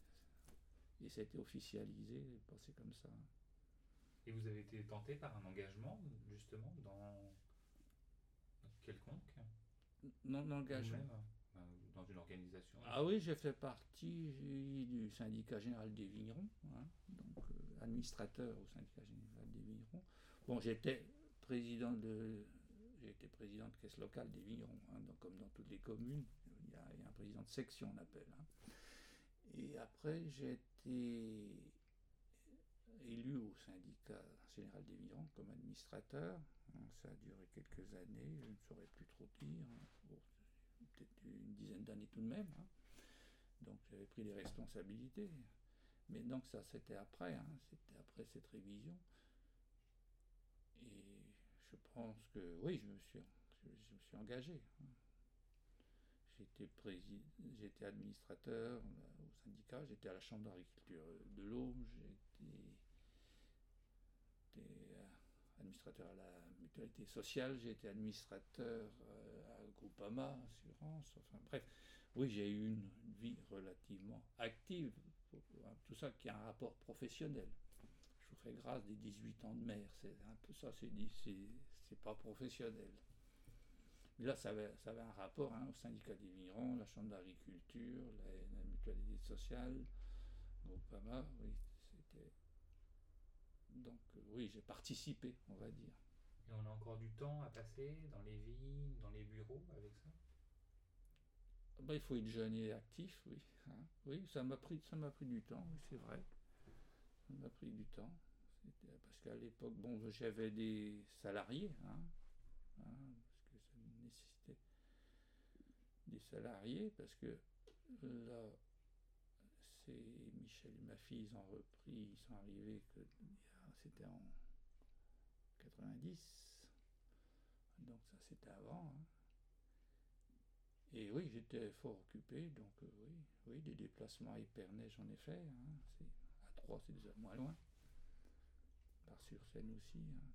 Et ça a été officialisé, passé comme ça. Et vous avez été tenté par un engagement, justement, dans quelconque? Non, l'engagement. Dans une organisation? Ah oui, j'ai fait partie du syndicat général des vignerons, hein, donc euh, administrateur au syndicat général des vignerons. Bon, j'étais président de, j'ai été président de caisse locale des vignerons, hein, donc, comme dans toutes les communes, il y a, il y a un président de section, on appelle. Hein. Et après, j'ai été élu au syndicat général des vignerons comme administrateur. Hein, ça a duré quelques années, je ne saurais plus trop dire. Hein. Bon, peut-être une dizaine d'années tout de même. Hein. Donc j'avais pris des responsabilités. Mais donc ça c'était après, hein. C'était après cette révision. Et je pense que oui, je me suis, je, je me suis engagé. Hein. J'étais, président, j'étais administrateur au syndicat, j'étais à la chambre d'agriculture de l'Aume, j'étais, j'étais administrateur à la mutualité sociale, j'ai été administrateur à Groupama Assurance, enfin bref, oui, j'ai eu une vie relativement active, tout ça qui a un rapport professionnel. Je vous fais grâce des dix-huit ans de maire, c'est un peu ça, c'est, c'est, c'est pas professionnel. Mais là, ça avait, ça avait un rapport hein, au syndicat des vignerons, la chambre d'agriculture, la, la mutualité sociale, Groupama, oui, c'était... Donc euh, oui, j'ai participé, on va dire. Et on a encore du temps à passer dans les vignes, dans les bureaux avec ça? Ben, il faut être jeune et actif, oui. Hein. Oui, ça m'a pris, ça m'a pris du temps, oui, c'est vrai. Ça m'a pris du temps. C'était parce qu'à l'époque, bon, j'avais des salariés, hein, hein, parce que ça nécessitait des salariés, parce que là, c'est Michel et ma fille, ils ont repris, ils sont arrivés, que, c'était en quatre-vingt-dix, donc ça c'était avant. Hein. Et oui, j'étais fort occupé, donc euh, oui, oui, des déplacements à Épernay, j'en ai fait. Hein. C'est, à Troyes, c'est déjà moins loin. Bar-sur-Seine aussi. Hein.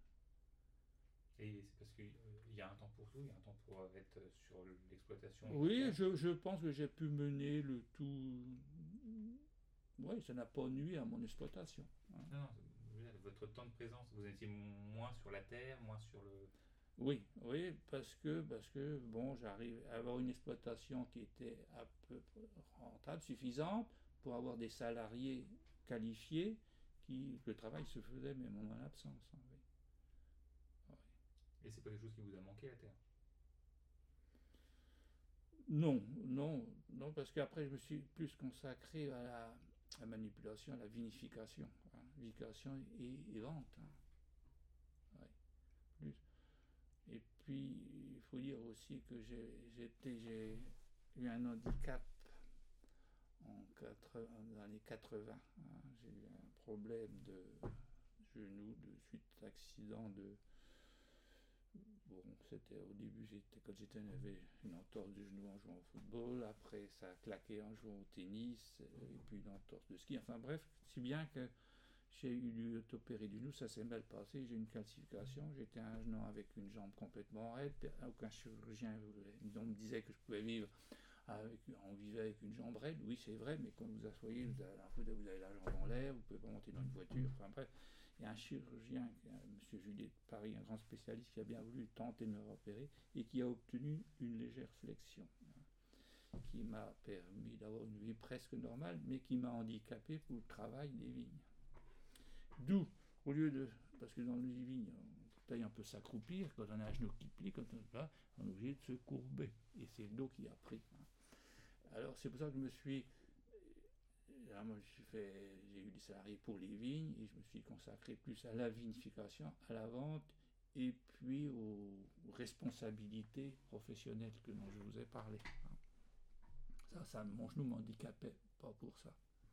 Et c'est parce qu'il euh, y a un temps pour tout, il y a un temps pour être sur l'exploitation. Oui, je, je pense que j'ai pu mener le tout. Oui, ça n'a pas nuit à mon exploitation. Hein. Non, non, votre temps de présence, vous étiez moins sur la terre, moins sur le... Oui, oui, parce que, parce que bon, j'arrive à avoir une exploitation qui était à peu près rentable, suffisante, pour avoir des salariés qualifiés, qui, le travail se faisait même en mon absence. Hein, oui. Oui. Et c'est pas quelque chose qui vous a manqué, la terre? Non, non, non, parce qu'après je me suis plus consacré à la, à la manipulation, à la vinification, hein, vinification et, et vente. Hein. Oui, plus. Et puis, il faut dire aussi que j'ai, j'étais, j'ai eu un handicap en quatre, dans les années quatre-vingts. Hein. J'ai eu un problème de... genou de suite d'accident de. Bon, c'était au début, j'étais, quand j'étais j'avais une entorse du genou en jouant au football, après ça a claqué en jouant au tennis, et puis une entorse de ski, enfin bref, si bien que j'ai eu dû opérer du genou, ça s'est mal passé, j'ai eu une calcification, j'étais un genou avec une jambe complètement raide, aucun chirurgien, on me disait que je pouvais vivre, avec, on vivait avec une jambe raide, oui c'est vrai, mais quand vous asseyez, vous avez, vous avez la jambe en l'air, vous pouvez pas monter dans une voiture, enfin bref. Il y a un chirurgien, M. Juliet de Paris, un grand spécialiste, qui a bien voulu tenter de me repérer et qui a obtenu une légère flexion, hein, qui m'a permis d'avoir une vie presque normale, mais qui m'a handicapé pour le travail des vignes. D'où, au lieu de... Parce que dans les vignes, on peut s'accroupir, quand on a un genou qui plie, quand on, là, on est obligé de se courber. Et c'est le dos qui a pris. Hein. Alors c'est pour ça que je me suis... Là, moi, j'ai, fait, j'ai eu des salariés pour les vignes et je me suis consacré plus à la vinification, à la vente et puis aux, aux responsabilités professionnelles que dont je vous ai parlé. Hein. Ça, ça, mon genou m'handicapait pas pour ça.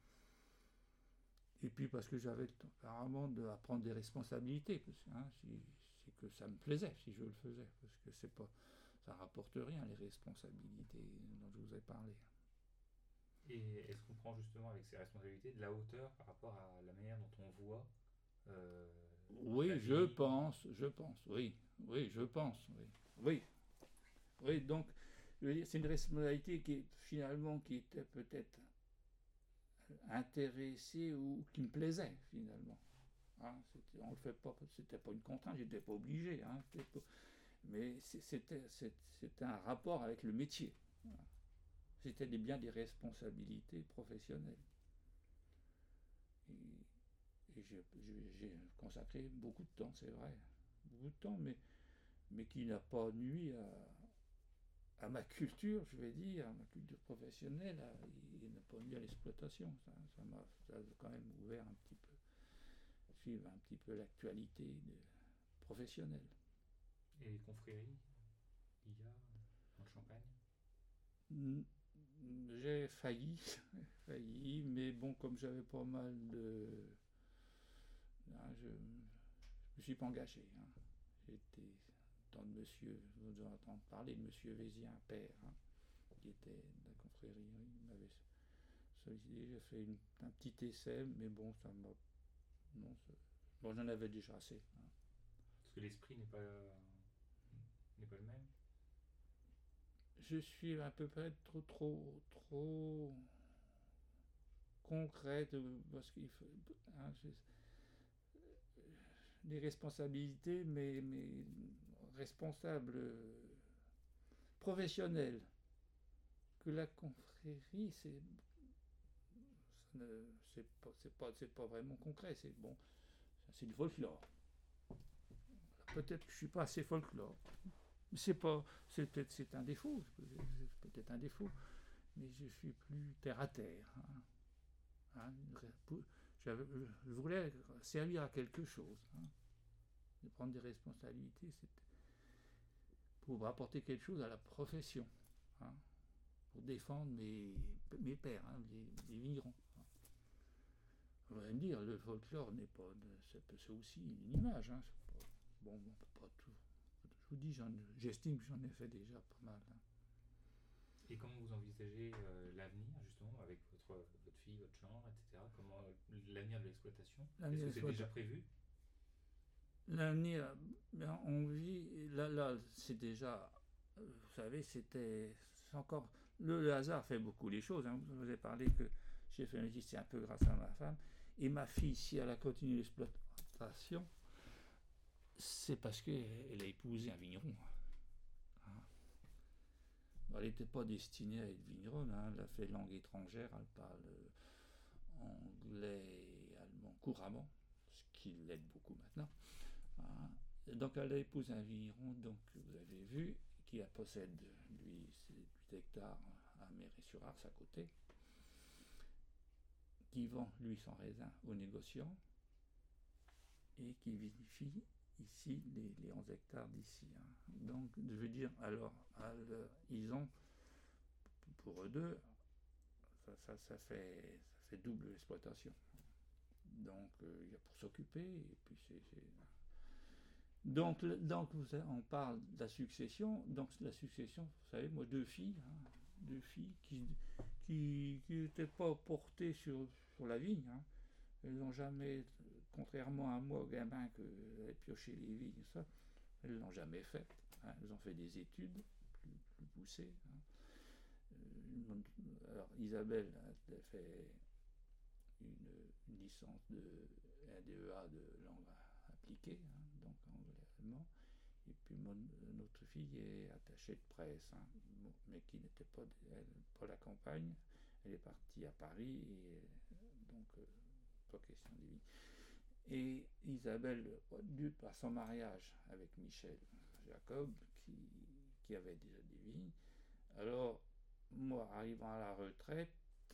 Et puis parce que j'avais le tempérament de prendre des responsabilités, parce que, hein, si, c'est que ça me plaisait si je le faisais, parce que c'est pas, ça rapporte rien les responsabilités dont je vous ai parlé. Et est-ce qu'on prend justement avec ces responsabilités de la hauteur par rapport à la manière dont on voit euh, Oui, je pense, je pense, oui, oui, je pense, oui, oui, oui. Donc, je veux dire, c'est une responsabilité qui est finalement qui était peut-être intéressée ou qui me plaisait finalement. Hein, c'était, on le fait pas, c'était pas une contrainte, j'étais pas obligé, hein, pas, mais c'était, c'était, c'était un rapport avec le métier. Voilà. C'était des, bien des responsabilités professionnelles. Et, et j'ai, j'ai, j'ai consacré beaucoup de temps, c'est vrai, beaucoup de temps, mais, mais qui n'a pas nui à, à ma culture, je vais dire, à ma culture professionnelle, à, il n'a pas nui à l'exploitation. Ça, ça m'a ça a quand même ouvert un petit peu, suivre un petit peu l'actualité de, professionnelle. Et les confréries, il y a en Champagne? J'ai failli, failli, mais bon, comme j'avais pas mal de... Hein, je ne me suis pas engagé. Hein. J'étais dans le monsieur, vous avez entendu parler de monsieur Vézien, père, hein, qui était de la confrérie, il m'avait sollicité, j'ai fait une, un petit essai, mais bon, ça m'a... Non, ça... bon, j'en avais déjà assez. Hein. Parce que l'esprit n'est pas, n'est pas le même. Je suis à peu près trop, trop, trop concrète, parce qu'il faut... Hein, je, des responsabilités, mais, mais responsables professionnels. Que la confrérie, c'est, c'est, pas, c'est, pas, c'est pas vraiment concret, c'est bon, c'est du folklore. Peut-être que je suis pas assez folklore. C'est pas, c'est peut-être c'est un défaut, c'est peut-être un défaut, mais je suis plus terre à terre. Hein. Hein, je voulais servir à quelque chose. Hein. De prendre des responsabilités, c'était pour apporter quelque chose à la profession. Hein. Pour défendre mes, mes pères, hein, les, les vignerons. Hein. On va me dire, le folklore n'est pas... C'est, c'est aussi une image. Hein. C'est pas, bon, on peut pas tout... Je vous dis, j'en, j'estime que j'en ai fait déjà pas mal. Hein. Et comment vous envisagez euh, l'avenir, justement, avec votre, votre fille, votre gendre, et cetera. Comment euh, l'avenir de l'exploitation? L'avenir Est-ce que c'est déjà prévu? L'avenir, ben, on vit... Là, là, c'est déjà... Vous savez, c'était... C'est encore... Le, le hasard fait beaucoup les choses. Hein. Je vous ai parlé que j'ai fait un métier, c'est un peu grâce à ma femme. Et ma fille, si elle a continué l'exploitation, c'est parce qu'elle a épousé un vigneron. Hein. Elle n'était pas destinée à être vigneronne. Hein. Elle a fait langue étrangère. Elle parle anglais et allemand couramment, ce qui l'aide beaucoup maintenant. Hein. Donc elle a épousé un vigneron, donc vous avez vu, qui possède, lui, huit hectares à Méry-sur-Ars à côté, qui vend, lui, son raisin aux négociants et qui vinifie ici les, les onze hectares d'ici. Hein. Donc, je veux dire, alors, alors, ils ont, pour eux deux, ça, ça, ça, fait, ça fait double exploitation. Donc, euh, il y a pour s'occuper, et puis c'est... c'est... Donc, le, donc vous savez, on parle de la succession. Donc, la succession, vous savez, moi, deux filles, hein, deux filles qui qui n'étaient pas portées sur, sur la vigne. Hein. Elles n'ont jamais, contrairement à moi, gamin, que j'avais pioché les vignes, ça, elles ne l'ont jamais fait. Hein. Elles ont fait des études plus, plus poussées. Hein. Euh, alors, Isabelle a fait une, une licence de un D E A de langue appliquée, hein, donc anglais-allemand. Et puis mon, notre fille est attachée de presse, hein, bon, mais qui n'était pas, elle, pas la campagne. Elle est partie à Paris, et donc euh, pas question de vie. Et Isabelle, dû par son mariage avec Michel Jacob, qui, qui avait déjà des vignes, alors moi, arrivant à la retraite,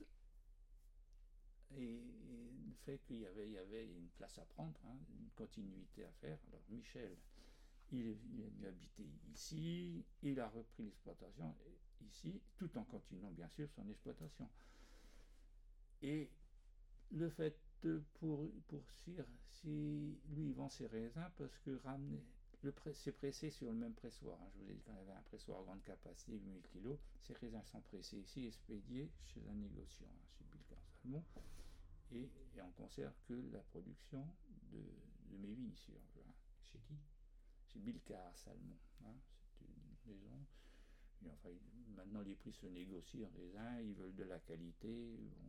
et, et le fait qu'il y avait, il y avait une place à prendre, hein, une continuité à faire. Alors Michel, il, il habitait ici, il a repris l'exploitation ici, tout en continuant bien sûr son exploitation. Et le fait de, pour, pour Cyr, si lui il vend ses raisins, parce que ramener, le c'est pressé sur le même pressoir. Hein. Je vous ai dit qu'on avait un pressoir à grande capacité, huit mille kilos. Ces raisins sont pressés ici, expédiés chez un négociant, hein, chez Bilcar Salmon. Et, et on conserve que la production de, de mes vignes sur. Hein. Chez qui? Chez Bilcar Salmon. Hein. C'est une maison. Et enfin, maintenant, les prix se négocient en raisin, ils veulent de la qualité. Bon,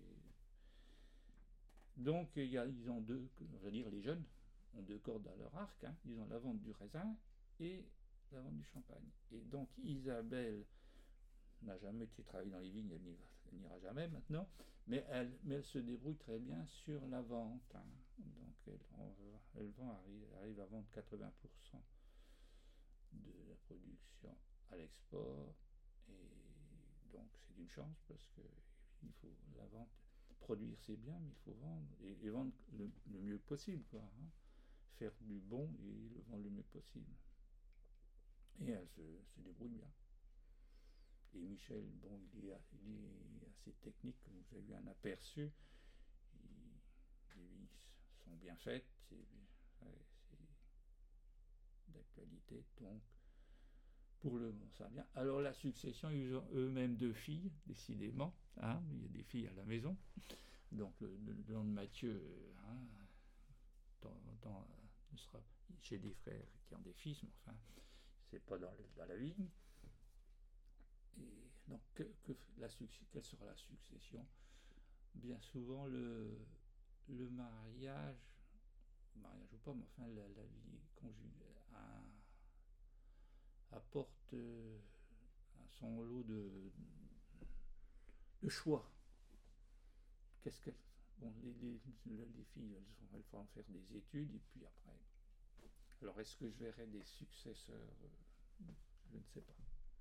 donc, il y a, ils ont deux, on va dire, les jeunes ont deux cordes à leur arc. Hein. Ils ont la vente du raisin et la vente du champagne. Et donc, Isabelle n'a jamais été travailler dans les vignes, elle n'ira jamais maintenant, mais elle, mais elle se débrouille très bien sur la vente. Hein. Donc, elle, on, elle vend, arrive, arrive à vendre quatre-vingts pour cent de la production à l'export. Et donc, c'est une chance parce que il faut la vente. Produire c'est bien, mais il faut vendre et, et vendre le, le mieux possible, quoi. Hein. Faire du bon et le vendre le mieux possible. Et elle se, se débrouille bien. Et Michel, bon, il est, il est assez technique, comme vous avez eu un aperçu. Il, les vignes sont bien faites, c'est, ouais, c'est d'actualité, donc pour le moment ça va bien. Alors la succession, ils ont eux-mêmes deux filles, décidément, hein, il y a des filles à la maison. Donc le, le, le nom de Mathieu, hein, dans, dans, ne sera chez des frères qui ont des fils, mais enfin, c'est pas dans, le, dans la vigne. Et donc, que, que la, quelle sera la succession? Bien souvent, le, le mariage, mariage ou pas, mais enfin, la, la vie conjugale apporte euh, son lot de, de choix. Qu'est-ce qu'elles. Bon, les, les, les filles, elles, sont, elles vont faire des études, et puis après. Alors, est-ce que je verrai des successeurs? Je ne sais pas.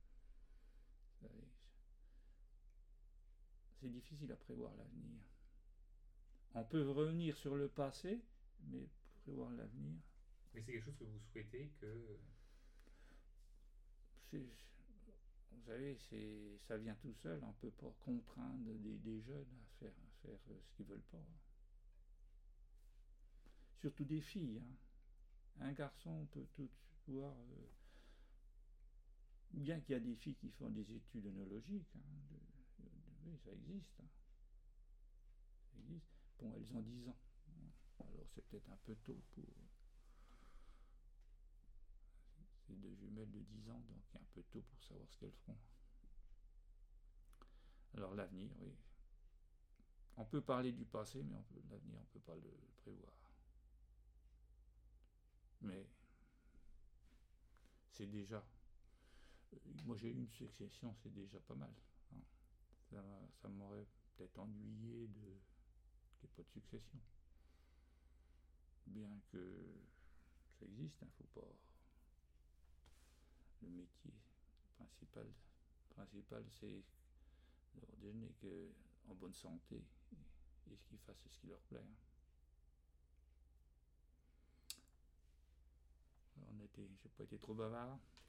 C'est difficile à prévoir l'avenir. On peut revenir sur le passé, mais prévoir l'avenir. Mais c'est quelque chose que vous souhaitez que... C'est, vous savez, c'est, ça vient tout seul. On ne peut pas contraindre des, des jeunes à faire, à faire ce qu'ils ne veulent pas. Surtout des filles. Hein. Un garçon peut tout voir... Euh, bien qu'il y a des filles qui font des études œnologiques, hein, de, de, de, oui, ça existe. Hein. Ça existe. Bon, elles ont dix ans. Alors c'est peut-être un peu tôt pour... C'est deux jumelles de dix ans, donc il est un peu tôt pour savoir ce qu'elles feront. Alors l'avenir, oui. On peut parler du passé, mais on peut, l'avenir, on ne peut pas le prévoir. Mais c'est déjà... Moi j'ai eu une succession, c'est déjà pas mal. Hein. Ça, ça m'aurait peut-être ennuyé de qu'il n'y ait pas de succession. Bien que ça existe, il hein, ne faut pas... Le métier principal, principal c'est leur donner que, en bonne santé et, et qu'ils fassent ce qui leur plaît. Hein. On était, j'ai pas été trop bavard.